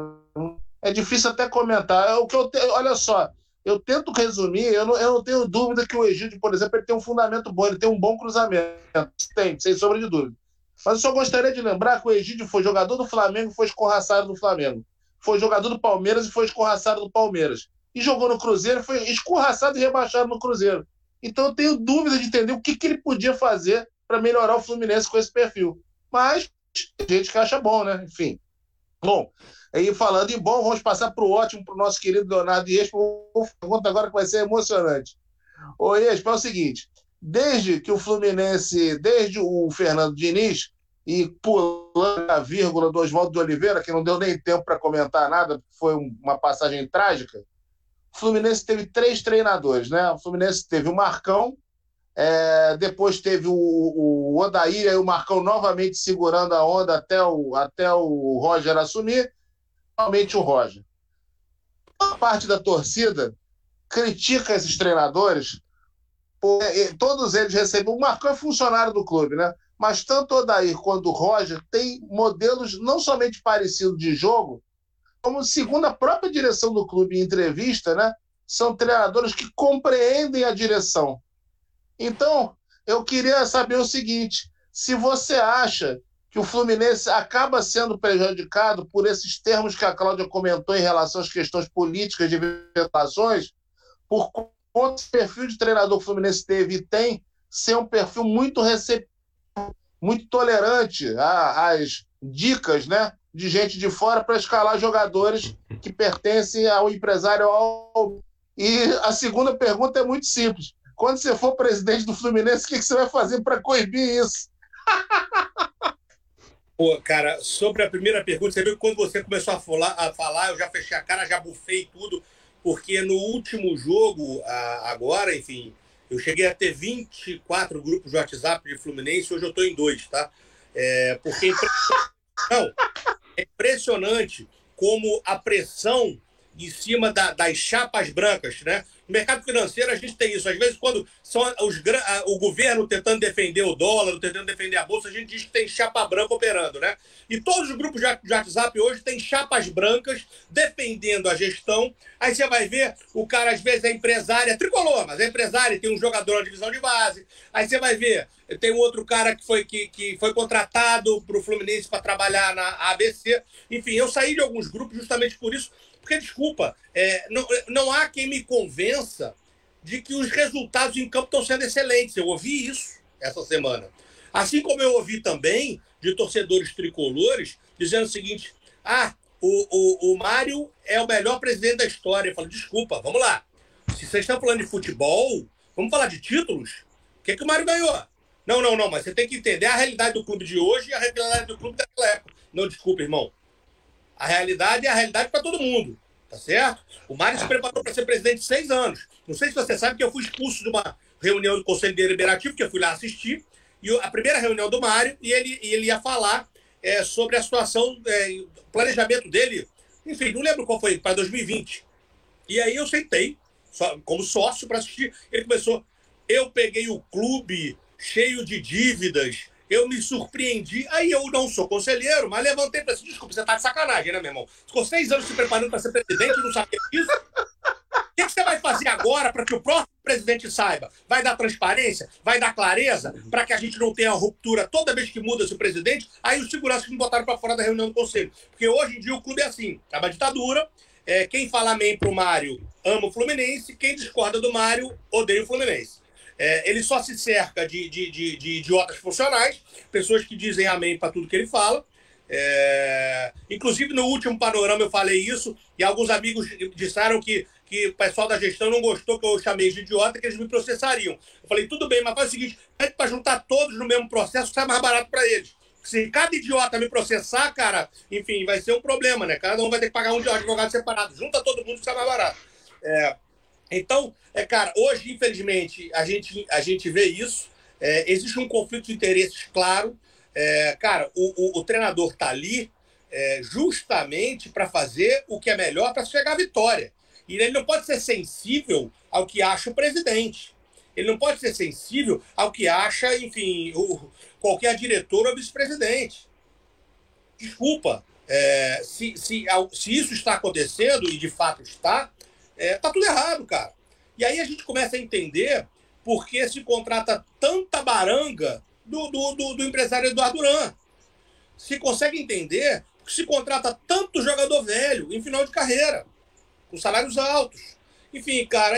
Speaker 1: é difícil até comentar. Olha só, eu tento resumir, eu não tenho dúvida que o Egídio, por exemplo, ele tem um fundamento bom, ele tem um bom cruzamento. Tem, sem sombra de dúvida. Mas eu só gostaria de lembrar que o Egídio foi jogador do Flamengo e foi escorraçado do Flamengo. Foi jogador do Palmeiras e foi escorraçado do Palmeiras. E jogou no Cruzeiro e foi escorraçado e rebaixado no Cruzeiro. Então eu tenho dúvida de entender o que ele podia fazer para melhorar o Fluminense com esse perfil. Mas tem gente que acha bom, né? Enfim. Bom, aí falando em bom, vamos passar para o ótimo, para o nosso querido Leonardo Espa. Uma pergunta agora que vai ser emocionante. Ô Espa, é o seguinte... Desde o Fernando Diniz, e pulando a vírgula do Oswaldo de Oliveira, que não deu nem tempo para comentar nada, foi uma passagem trágica, o Fluminense teve 3 treinadores, né? O Fluminense teve o Marcão, depois teve o Odair, e o Marcão novamente segurando a onda até o Roger assumir, novamente o Roger. A parte da torcida critica esses treinadores. Todos eles recebem. O Marcão é funcionário do clube, né? Mas tanto o Odair quanto o Roger têm modelos não somente parecidos de jogo, como, segundo a própria direção do clube em entrevista, né? São treinadores que compreendem a direção. Então, eu queria saber o seguinte: se você acha que o Fluminense acaba sendo prejudicado por esses termos que a Cláudia comentou em relação às questões políticas de relações, por conta do perfil de treinador que o Fluminense teve e tem, ser um perfil muito receptivo, muito tolerante às dicas, né, de gente de fora para escalar jogadores que pertencem ao empresário. E a segunda pergunta é muito simples: quando você for presidente do Fluminense, o que você vai fazer para coibir isso?
Speaker 4: Pô, cara, sobre a primeira pergunta, você viu que quando você começou a falar, eu já fechei a cara, já bufei tudo, porque no último jogo, agora, enfim, eu cheguei a ter 24 grupos de WhatsApp de Fluminense, hoje eu estou em 2, tá? Porque é impressionante como a pressão em cima das chapas brancas, né? No mercado financeiro a gente tem isso. Às vezes, quando são o governo tentando defender o dólar, tentando defender a bolsa, a gente diz que tem chapa branca operando, né? E todos os grupos de WhatsApp hoje têm chapas brancas defendendo a gestão. Aí você vai ver, o cara às vezes é empresário, é tricolor, mas é empresário, tem um jogador na divisão de base. Aí você vai ver, tem um outro cara que foi contratado para o Fluminense para trabalhar na ABC. Enfim, eu saí de alguns grupos justamente por isso. Porque, desculpa, não há quem me convença de que os resultados em campo estão sendo excelentes. Eu ouvi isso essa semana. Assim como eu ouvi também de torcedores tricolores dizendo o seguinte: o Mário é o melhor presidente da história. Eu falo, desculpa, vamos lá. Se vocês estão falando de futebol, vamos falar de títulos? O que o Mário ganhou? Não, mas você tem que entender a realidade do clube de hoje e a realidade do clube daquela época. Não, desculpa, irmão. A realidade é a realidade para todo mundo, tá certo? O Mário se preparou para ser presidente 6 anos. Não sei se você sabe que eu fui expulso de uma reunião do Conselho Deliberativo, que eu fui lá assistir, e a primeira reunião do Mário, e ele ia falar sobre a situação, planejamento dele, enfim, não lembro qual foi, para 2020. E aí eu sentei, como sócio, para assistir. Ele começou, eu peguei o clube cheio de dívidas, eu me surpreendi. Aí eu não sou conselheiro, mas levantei para assim, desculpa, você tá de sacanagem, né, meu irmão? Ficou 6 anos se preparando para ser presidente e não sabia disso? O que você vai fazer agora para que o próximo presidente saiba? Vai dar transparência? Vai dar clareza? Para que a gente não tenha ruptura toda vez que muda-se o presidente? Aí os seguranças me botaram para fora da reunião do conselho. Porque hoje em dia o clube é assim, é uma ditadura. Quem fala amém pro Mário ama o Fluminense, quem discorda do Mário odeia o Fluminense. Ele só se cerca de idiotas funcionais, pessoas que dizem amém para tudo que ele fala. Inclusive, no último panorama eu falei isso, e alguns amigos disseram que o pessoal da gestão não gostou que eu chamei de idiota, que eles me processariam. Eu falei, tudo bem, mas faz o seguinte, para juntar todos no mesmo processo, sai mais barato para eles. Se cada idiota me processar, cara, enfim, vai ser um problema, né? Cada um vai ter que pagar um advogado separado. Junta todo mundo, sai mais barato. Então, cara, hoje, infelizmente, a gente vê isso. Existe um conflito de interesses claro. Cara, o treinador está ali justamente para fazer o que é melhor para chegar à vitória. E ele não pode ser sensível ao que acha o presidente. Ele não pode ser sensível ao que acha, enfim, qualquer diretor ou vice-presidente. Desculpa. Se isso está acontecendo, e de fato está tudo errado, cara. E aí a gente começa a entender por que se contrata tanta baranga do empresário Eduardo Duran. Se consegue entender que se contrata tanto jogador velho em final de carreira, com salários altos. Enfim, cara,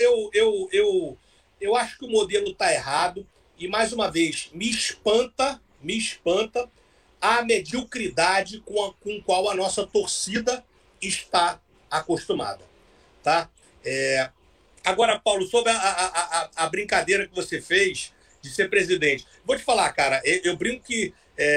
Speaker 4: eu acho que o modelo está errado e, mais uma vez, me espanta a mediocridade com qual a nossa torcida está acostumada. Tá? Agora, Paulo, sobre a brincadeira que você fez de ser presidente. Vou te falar, cara, eu brinco que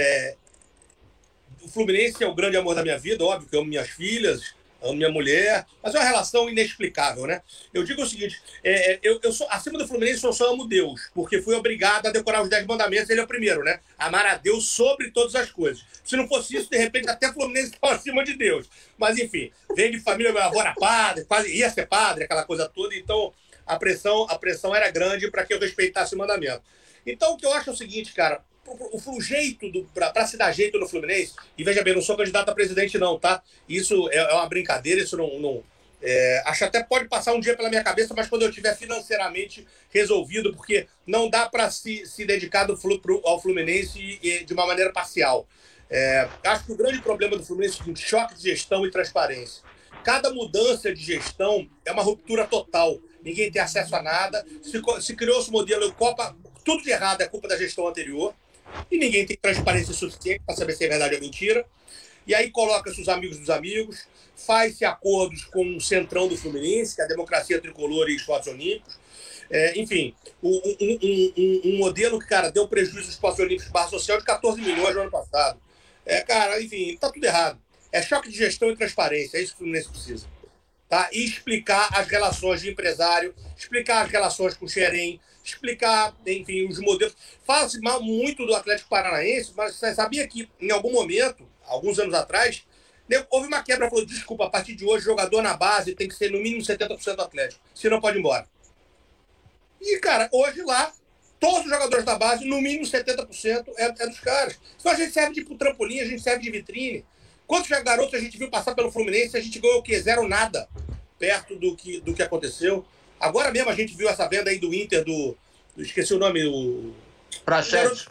Speaker 4: o Fluminense é o grande amor da minha vida, óbvio que eu amo minhas filhas, amo minha mulher, mas é uma relação inexplicável, né? Eu digo o seguinte, eu sou, acima do Fluminense eu só amo Deus, porque fui obrigado a decorar os 10 mandamentos, ele é o primeiro, né? Amar a Deus sobre todas as coisas. Se não fosse isso, de repente, até o Fluminense estava acima de Deus. Mas, enfim, vem de família, meu avô era padre, quase ia ser padre, aquela coisa toda, então a pressão era grande para que eu respeitasse o mandamento. Então, o que eu acho é o seguinte, cara, o jeito para se dar jeito no Fluminense, e veja bem, não sou candidato a presidente não, tá? Isso é uma brincadeira, isso não acho até pode passar um dia pela minha cabeça, mas quando eu estiver financeiramente resolvido, porque não dá para se dedicar ao Fluminense de uma maneira parcial. Acho que o grande problema do Fluminense é o seguinte, choque de gestão e transparência. Cada mudança de gestão é uma ruptura total. Ninguém tem acesso a nada. Se criou-se o modelo Copa, tudo de errado é culpa da gestão anterior. E ninguém tem transparência suficiente para saber se é verdade ou mentira. E aí coloca-se os amigos dos amigos, faz-se acordos com o centrão do Fluminense, que é a democracia tricolor e esportes olímpicos. Enfim, um modelo que, cara, deu prejuízo aos esportes olímpicos barra social de 14 milhões no ano passado. Cara, enfim, tá tudo errado. É choque de gestão e transparência, é isso que o Fluminense precisa. Tá? E explicar as relações de empresário, explicar as relações com o Xerém, explicar, enfim, os modelos. Fala-se muito do Atlético Paranaense, mas você sabia que, em algum momento, alguns anos atrás, houve uma quebra, falou, desculpa, a partir de hoje, jogador na base tem que ser no mínimo 70% do Atlético, senão pode ir embora. E, cara, hoje lá, todos os jogadores da base, no mínimo 70% é dos caras. Então a gente serve de trampolim, a gente serve de vitrine. Quantos garotos a gente viu passar pelo Fluminense, a gente ganhou o quê? 0 nada, perto do que aconteceu. Agora mesmo a gente viu essa venda aí do Inter, esqueci o nome, o...
Speaker 1: Praxedes.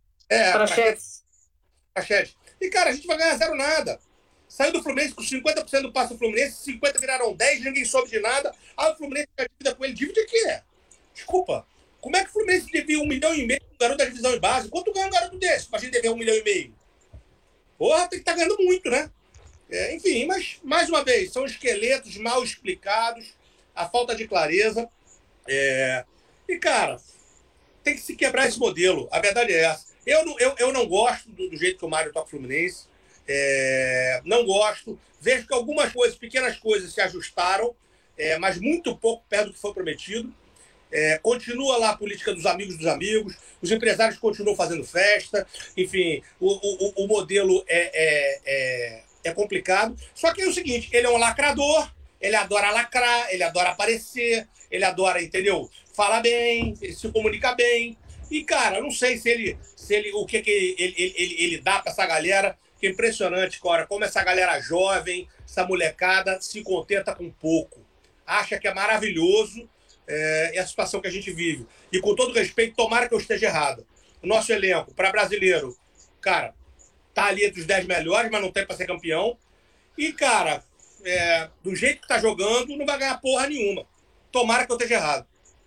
Speaker 4: Praxedes. E, cara, a gente vai ganhar 0 nada. Saiu do Fluminense com 50% do passe do Fluminense, 50 viraram 10, ninguém soube de nada. Aí o Fluminense tem dívida com ele. Dívida de quê? Desculpa. Como é que o Fluminense devia 1,5 milhão um garoto da divisão de base? Quanto ganha um garoto desse pra gente dever 1,5 milhão? Porra, tem que estar ganhando muito, né? Enfim, mas, mais uma vez, são esqueletos mal explicados, a falta de clareza. E, cara, tem que se quebrar esse modelo. A verdade é essa. Eu não gosto do jeito que o Mário toca o Fluminense. Não gosto. Vejo que algumas coisas, pequenas coisas, se ajustaram, mas muito pouco perto do que foi prometido. Continua lá a política dos amigos, os empresários continuam fazendo festa, enfim, o modelo é complicado. Só que é o seguinte, ele é um lacrador, ele adora lacrar, ele adora aparecer, ele adora, entendeu? Falar bem, ele se comunica bem. E, cara, eu não sei se ele o que ele dá para essa galera, que é impressionante, cara, como essa galera jovem, essa molecada se contenta com pouco. Acha que é maravilhoso a situação que a gente vive. E com todo respeito, tomara que eu esteja errado. O nosso elenco, para brasileiro, cara, tá ali entre os 10 melhores, mas não tem para ser campeão. E, cara, do jeito que tá jogando, não vai ganhar porra nenhuma. Tomara que eu esteja errado.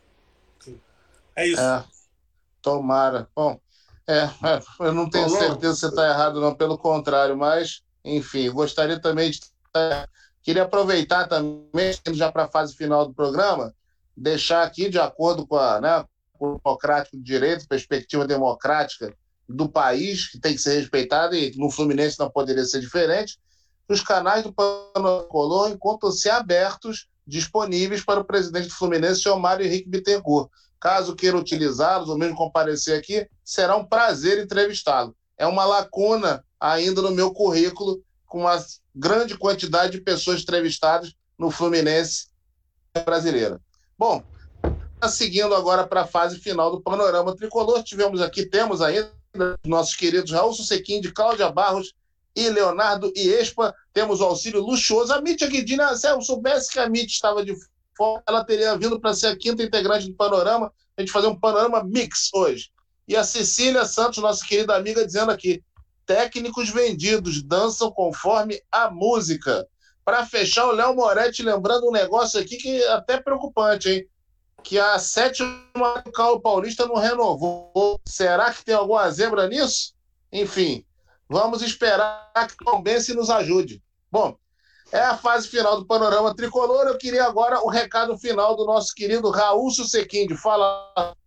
Speaker 4: É isso.
Speaker 1: Tomara. Bom, eu não tenho certeza se você está errado, não, pelo contrário, mas, enfim, gostaria também de... Queria aproveitar também, indo já para a fase final do programa, deixar aqui, de acordo com o democrático de direito, perspectiva democrática do país, que tem que ser respeitada, e no Fluminense não poderia ser diferente, os canais do Panorama Tricolor encontram-se abertos, disponíveis para o presidente do Fluminense, senhor Mário Henrique Bittencourt. Caso queira utilizá-los, ou mesmo comparecer aqui, será um prazer entrevistá-lo. É uma lacuna ainda no meu currículo, com uma grande quantidade de pessoas entrevistadas no Fluminense brasileira. Bom, seguindo agora para a fase final do Panorama Tricolor, temos ainda nossos queridos Raul Susequinde, Cláudia Barros e Leonardo Iespa. Temos o auxílio luxuoso. A Mítia Guidina, se eu soubesse que a Mítia estava de fora, ela teria vindo para ser a quinta integrante do Panorama, a gente fazer um Panorama Mix hoje. E a Cecília Santos, nossa querida amiga, dizendo aqui, técnicos vendidos dançam conforme a música. Para fechar, o Léo Moretti lembrando um negócio aqui que é até preocupante, hein? Que a 7ª do Carro Paulista não renovou. Será que tem alguma zebra nisso? Enfim, vamos esperar que o Tombense nos ajude. Bom, é a fase final do Panorama Tricolor. Eu queria agora o recado final do nosso querido Raul Susequinde. Fala.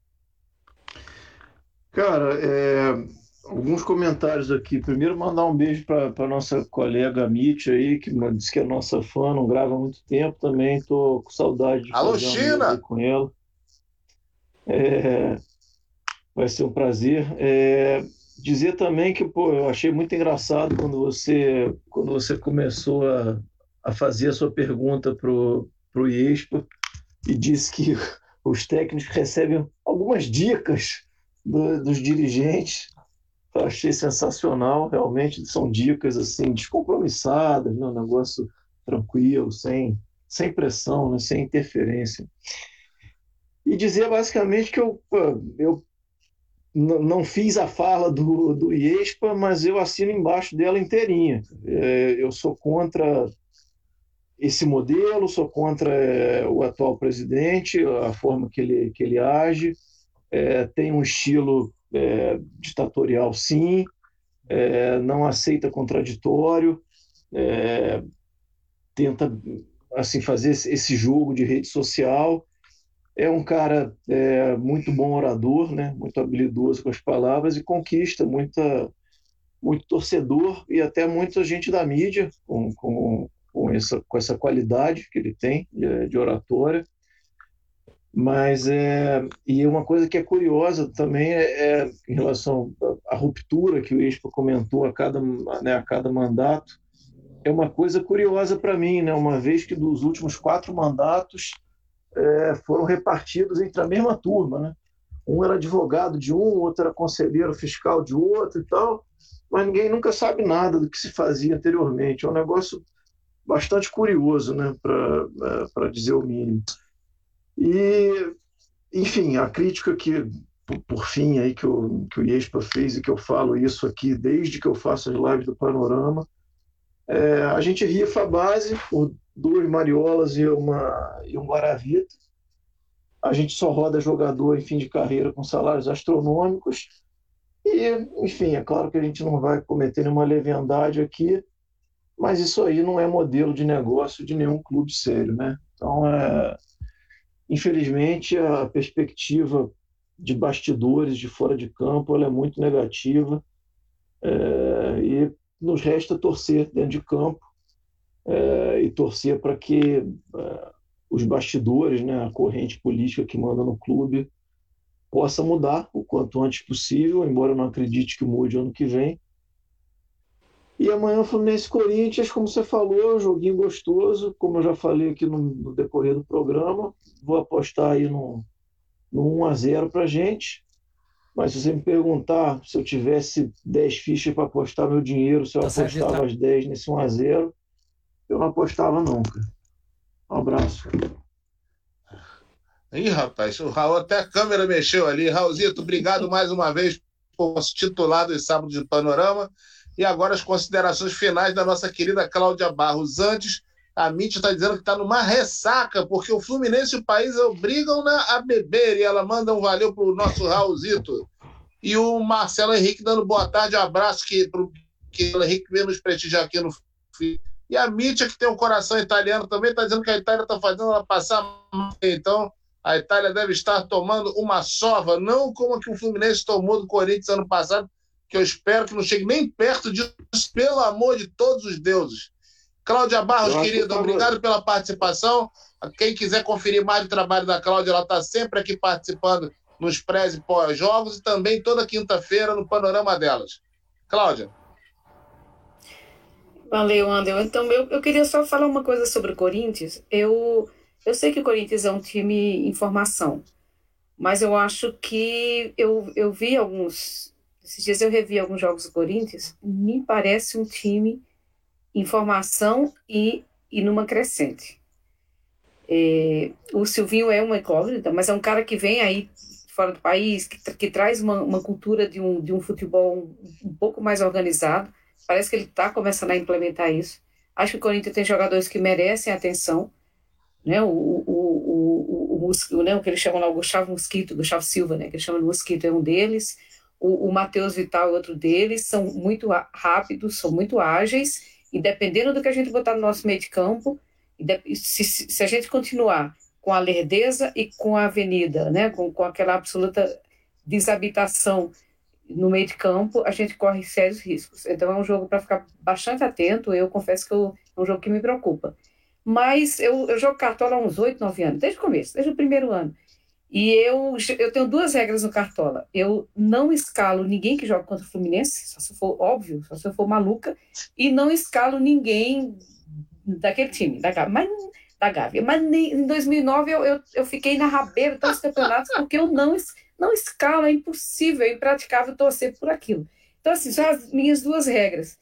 Speaker 2: Cara, alguns comentários aqui. Primeiro, mandar um beijo para a nossa colega Mítia aí, que diz que é nossa fã, não grava há muito tempo também. Estou com saudade de
Speaker 1: Alô,
Speaker 2: fazer
Speaker 1: China!
Speaker 2: com ela. Vai ser um prazer. Dizer também que eu achei muito engraçado quando você começou a fazer a sua pergunta pro Iespa e disse que os técnicos recebem algumas dicas dos dirigentes. Eu achei sensacional, realmente são dicas assim descompromissadas, né? Um negócio tranquilo, sem pressão, né? Sem interferência. E dizer basicamente que eu não fiz a fala do Iespa, mas eu assino embaixo dela inteirinha. Eu sou contra esse modelo, sou contra o atual presidente, a forma que ele age. Tem um estilo ditatorial, sim, não aceita contraditório, tenta assim, fazer esse jogo de rede social. É um cara muito bom orador, né? Muito habilidoso com as palavras e conquista muito torcedor e até muita gente da mídia com essa qualidade que ele tem de oratória. Mas e uma coisa que é curiosa também em relação à ruptura que o Iespa comentou a cada mandato, é uma coisa curiosa para mim, né? Uma vez que dos últimos 4 mandatos foram repartidos entre a mesma turma, né? Um era advogado de um, outro era conselheiro fiscal de outro e tal, mas ninguém nunca sabe nada do que se fazia anteriormente. É um negócio bastante curioso, né? Para dizer o mínimo. E, enfim, a crítica que, por fim, aí que o Iespa fez e que eu falo isso aqui desde que eu faço as lives do Panorama, a gente rifa a base por 2 mariolas e um guaravita, A gente só roda jogador em fim de carreira com salários astronômicos. E, enfim, é claro que a gente não vai cometer nenhuma leviandade aqui, mas isso aí não é modelo de negócio de nenhum clube sério, né? Então, infelizmente, a perspectiva de bastidores, de fora de campo, ela é muito negativa, e nos resta torcer dentro de campo, e torcer para que os bastidores, né, a corrente política que manda no clube, possa mudar o quanto antes possível, embora eu não acredite que mude ano que vem. E amanhã Fluminense e Corinthians, como você falou, joguinho gostoso, como eu já falei aqui no decorrer do programa, vou apostar aí no 1-0 para a gente. Mas se você me perguntar se eu tivesse 10 fichas para apostar meu dinheiro, se eu apostava as 10 nesse 1-0, eu não apostava não, cara. Um abraço.
Speaker 1: Ih, rapaz, o Raul, até a câmera mexeu ali. Raulzito, obrigado mais uma vez por nosso titular do Sábado de Panorama. E agora as considerações finais da nossa querida Cláudia Barros. Antes, a Mitty está dizendo que está numa ressaca, porque o Fluminense e o país obrigam a beber. E ela manda um valeu para o nosso Raulzito. E o Marcelo Henrique dando boa tarde, um abraço que o Henrique veio nos prestigiar aqui no fim. E a Mitty, que tem um coração italiano, também está dizendo que a Itália está fazendo ela passar mal. Então, a Itália deve estar tomando uma sova, não como a que o Fluminense tomou do Corinthians ano passado, que eu espero que não chegue nem perto disso, pelo amor de todos os deuses. Cláudia Barros, querida, obrigado pela participação. Quem quiser conferir mais do trabalho da Cláudia, ela está sempre aqui participando nos pré e pós-jogos e também toda quinta-feira no Panorama delas. Cláudia.
Speaker 3: Valeu, André. Então, eu queria só falar uma coisa sobre o Corinthians. Eu sei que o Corinthians é um time em formação, mas eu acho que eu vi esses dias eu revi alguns jogos do Corinthians, me parece um time em formação e numa crescente. O Silvinho é uma incógnita, mas é um cara que vem aí fora do país, que traz uma cultura de um futebol um pouco mais organizado. Parece que ele está começando a implementar isso. Acho que o Corinthians tem jogadores que merecem atenção, né? O que eles chamam lá, o Gustavo Silva, né? Que eles chamam de Mosquito, é um deles. O Matheus Vital é outro deles. São muito rápidos, são muito ágeis, e dependendo do que a gente botar no nosso meio de campo, se a gente continuar com a lerdeza e com a avenida, né? Com aquela absoluta desabitação no meio de campo, a gente corre sérios riscos. Então é um jogo para ficar bastante atento. Eu confesso que é um jogo que me preocupa. Mas eu jogo Cartola há uns 8, 9 anos, desde o começo, desde o primeiro ano. E eu tenho 2 regras no Cartola. Eu não escalo ninguém que joga contra o Fluminense, só se for óbvio, só se eu for maluca, e não escalo ninguém daquele time, da Gávea. Mas em 2009 eu fiquei na rabeira dos campeonatos porque eu não escalo, é impossível, é impraticável torcer por aquilo. Então, assim, são as minhas 2 regras.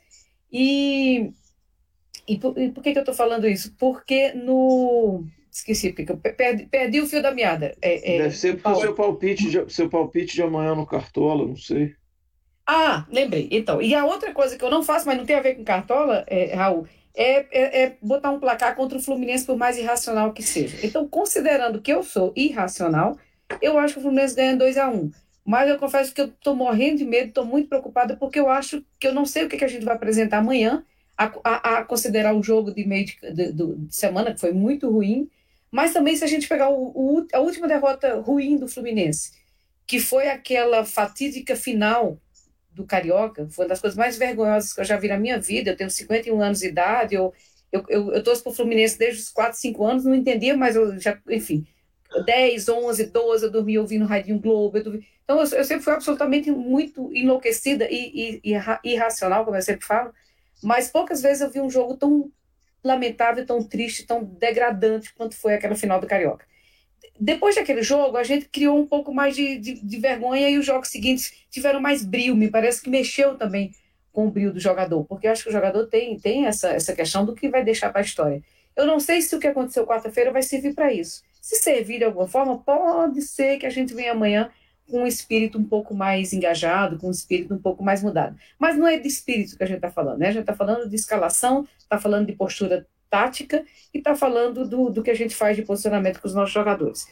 Speaker 3: E por que eu estou falando isso? Porque esqueci, porque eu perdi o fio da meada.
Speaker 2: Deve ser por seu palpite de amanhã no Cartola, não sei.
Speaker 3: Ah, lembrei. Então, e a outra coisa que eu não faço, mas não tem a ver com Cartola, Raul, é botar um placar contra o Fluminense, por mais irracional que seja. Então, considerando que eu sou irracional, eu acho que o Fluminense ganha 2-1. Mas eu confesso que eu estou morrendo de medo, estou muito preocupada, porque eu acho que eu não sei o que a gente vai apresentar amanhã, a considerar o jogo de meio de semana, que foi muito ruim, mas também se a gente pegar a última derrota ruim do Fluminense, que foi aquela fatídica final do Carioca, foi uma das coisas mais vergonhosas que eu já vi na minha vida. Eu tenho 51 anos de idade, eu torço para o Fluminense desde os 4, 5 anos, não entendia, mas eu já, enfim, 10, 11, 12, eu dormia ouvindo Radinho Globo, então eu sempre fui absolutamente muito enlouquecida e irracional, como eu sempre falo, mas poucas vezes eu vi um jogo tão lamentável, tão triste, tão degradante quanto foi aquela final do Carioca. Depois daquele jogo, a gente criou um pouco mais de vergonha, e os jogos seguintes tiveram mais brio. Me parece que mexeu também com o brio do jogador, porque eu acho que o jogador tem essa questão do que vai deixar para a história. Eu não sei se o que aconteceu quarta-feira vai servir para isso. Se servir de alguma forma, pode ser que a gente venha amanhã com um espírito um pouco mais engajado, com um espírito um pouco mais mudado. Mas não é de espírito que a gente está falando, né? A gente está falando de escalação, está falando de postura tática e está falando do que a gente faz de posicionamento com os nossos jogadores.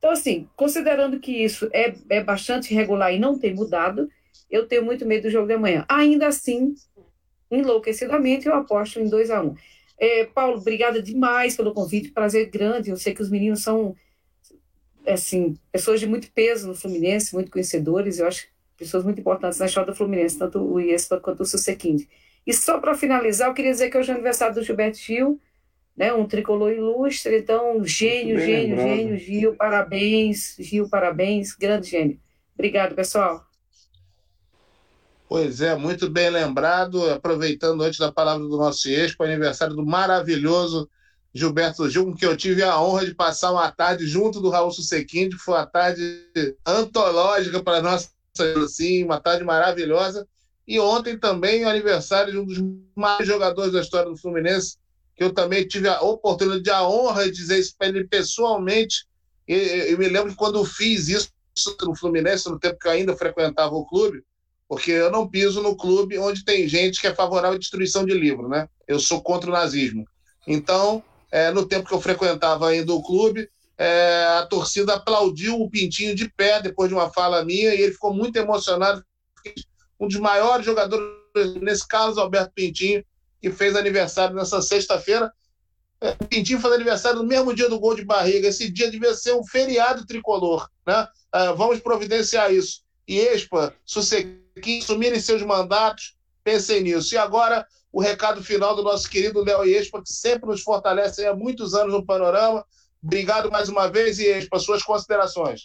Speaker 3: Então, assim, considerando que isso é bastante regular e não tem mudado, eu tenho muito medo do jogo de amanhã. Ainda assim, enlouquecidamente, eu aposto em 2-1. Paulo, obrigada demais pelo convite, prazer grande. Eu sei que os meninos são, assim, pessoas de muito peso no Fluminense, muito conhecedores, eu acho pessoas muito importantes na história do Fluminense, tanto o Iespa quanto o Susequinde. E só para Finalizar, eu queria dizer que hoje é o aniversário do Gilberto Gil, né, um tricolor ilustre, então, gênio, Gil, parabéns, grande gênio. Obrigado, pessoal.
Speaker 1: Pois é, muito bem lembrado. Aproveitando antes da palavra do nosso Iespa, aniversário do maravilhoso Gilberto Gil, com que eu tive a honra de passar uma tarde junto do Raul Susequinde, que foi uma tarde antológica para nós, assim, uma tarde maravilhosa. E ontem também o aniversário de um dos maiores jogadores da história do Fluminense, que eu também tive a oportunidade, a honra de dizer isso para ele pessoalmente. Eu me lembro que quando eu fiz isso no Fluminense, no tempo que eu ainda frequentava o clube, porque eu não piso no clube onde tem gente que é favorável à destruição de livro, né? Eu sou contra o nazismo. Então, no tempo que eu frequentava ainda o clube, a torcida aplaudiu o Pintinho de pé depois de uma fala minha e ele ficou muito emocionado. Um dos maiores jogadores, nesse caso, Alberto Pintinho, que fez aniversário nessa sexta-feira. O Pintinho faz aniversário no mesmo dia do gol de barriga. Esse dia devia ser um feriado tricolor, né? Vamos providenciar isso. Iespa, Susequinde, assumirem seus mandatos, pensem nisso. E agora, o recado final do nosso querido Léo Iespa, que sempre nos fortalece há muitos anos no Panorama. Obrigado mais uma vez, Iespa, suas considerações.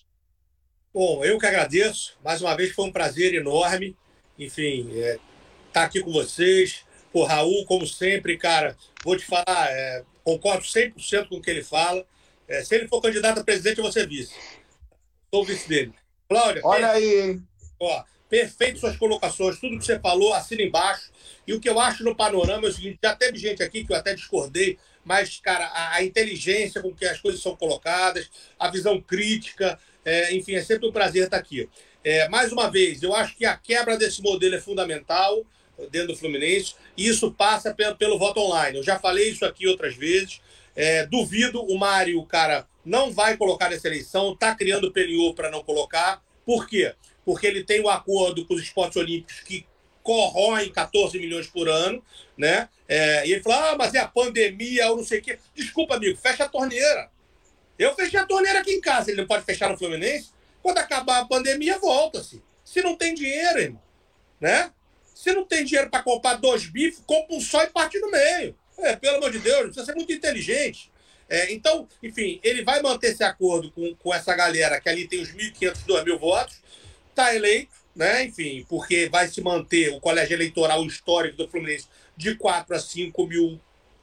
Speaker 4: Bom, eu que agradeço. Mais uma vez foi um prazer enorme. Enfim, estar aqui com vocês. Pô, Raul, como sempre, cara, vou te falar, concordo 100% com o que ele fala. Se ele for candidato a presidente, eu vou ser vice. Sou o vice dele. Cláudia,
Speaker 1: olha aí, hein?
Speaker 4: Ó, perfeito suas colocações, tudo que você falou, assina embaixo. E o que eu acho no Panorama é o seguinte, já teve gente aqui que eu até discordei, mas, cara, a inteligência com que as coisas são colocadas, a visão crítica, enfim, é sempre um prazer estar aqui. Mais uma vez, eu acho que a quebra desse modelo é fundamental dentro do Fluminense, e isso passa pelo voto online. Eu já falei isso aqui outras vezes. Duvido o Mário, cara, não vai colocar nessa eleição, está criando peliô para não colocar. Por quê? Porque ele tem um acordo com os esportes olímpicos que corroem 14 milhões por ano, né? E ele fala, mas é a pandemia, ou não sei o quê. Desculpa, amigo, fecha a torneira. Eu fechei a torneira aqui em casa, ele não pode fechar no Fluminense? Quando acabar a pandemia, volta-se. Se não tem dinheiro, irmão, né? Se não tem dinheiro para comprar 2 bifes, compra um só e parte no meio. Pelo amor de Deus, precisa ser muito inteligente. Então, enfim, ele vai manter esse acordo com essa galera que ali tem os 1.500, 2.000 votos, está eleito, né? Enfim, porque vai se manter o colégio eleitoral histórico do Fluminense de 4 a 5 mil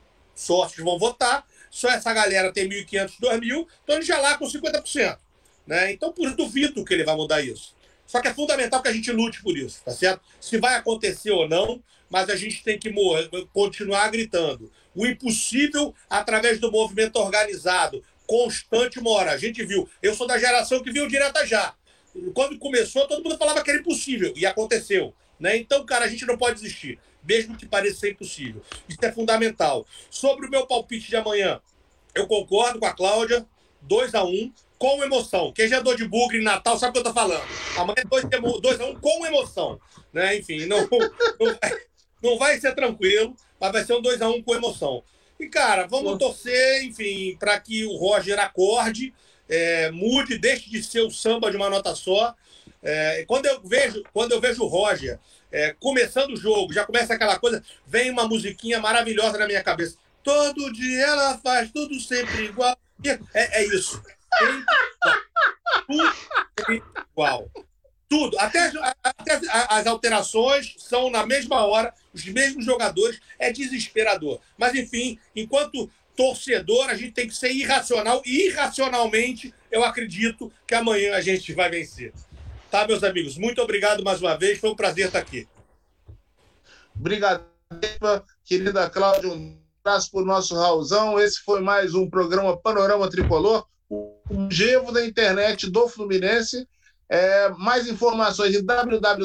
Speaker 4: sócios vão votar, só essa galera tem 1.500, 2.000, então ele já lá com 50%. Né? Então, por duvido que ele vai mudar isso. Só que é fundamental que a gente lute por isso, tá certo? Se vai acontecer ou não, mas a gente tem que continuar gritando. O impossível através do movimento organizado, constante, uma hora. A gente viu. Eu sou da geração que viu direto já. Quando começou, todo mundo falava que era impossível. E aconteceu. Né? Então, cara, a gente não pode desistir. Mesmo que pareça ser impossível. Isso é fundamental. Sobre o meu palpite de amanhã, eu concordo com a Cláudia. 2-1. Com emoção. Quem já andou de bugre em Natal sabe o que eu tô falando. Amanhã é 2-1 com emoção. Né? Enfim, não vai ser tranquilo, mas vai ser um 2-1 com emoção. E, cara, vamos torcer, enfim, para que o Roger acorde, mude, deixe de ser o samba de uma nota só. Quando eu vejo o Roger começando o jogo, já começa aquela coisa, vem uma musiquinha maravilhosa na minha cabeça. Todo dia ela faz tudo sempre igual. É isso. Tudo igual. Tudo. Até as alterações são na mesma hora, os mesmos jogadores. É desesperador. Mas, enfim, enquanto torcedor, a gente tem que ser irracional. E, irracionalmente, eu acredito que amanhã a gente vai vencer. Tá, meus amigos? Muito obrigado mais uma vez. Foi um prazer estar aqui.
Speaker 1: Obrigado, querida Cláudia. Um abraço para o nosso Raulzão. Esse foi mais um programa Panorama Tricolor, o longevo da internet do Fluminense. Mais informações em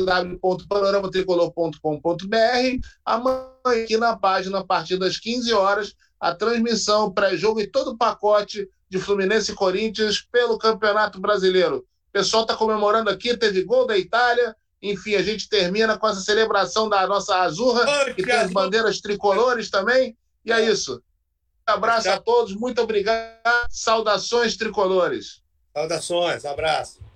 Speaker 1: www.panoramatricolor.com.br. Amanhã aqui na página, a partir das 15 horas, a transmissão pré-jogo e todo o pacote de Fluminense e Corinthians pelo Campeonato Brasileiro. O pessoal está comemorando aqui, teve gol da Itália. Enfim, a gente termina com essa celebração da nossa Azurra, que tem as bandeiras tricolores também. E é isso. Um abraço a todos, muito obrigado. Saudações tricolores.
Speaker 4: Saudações, abraço.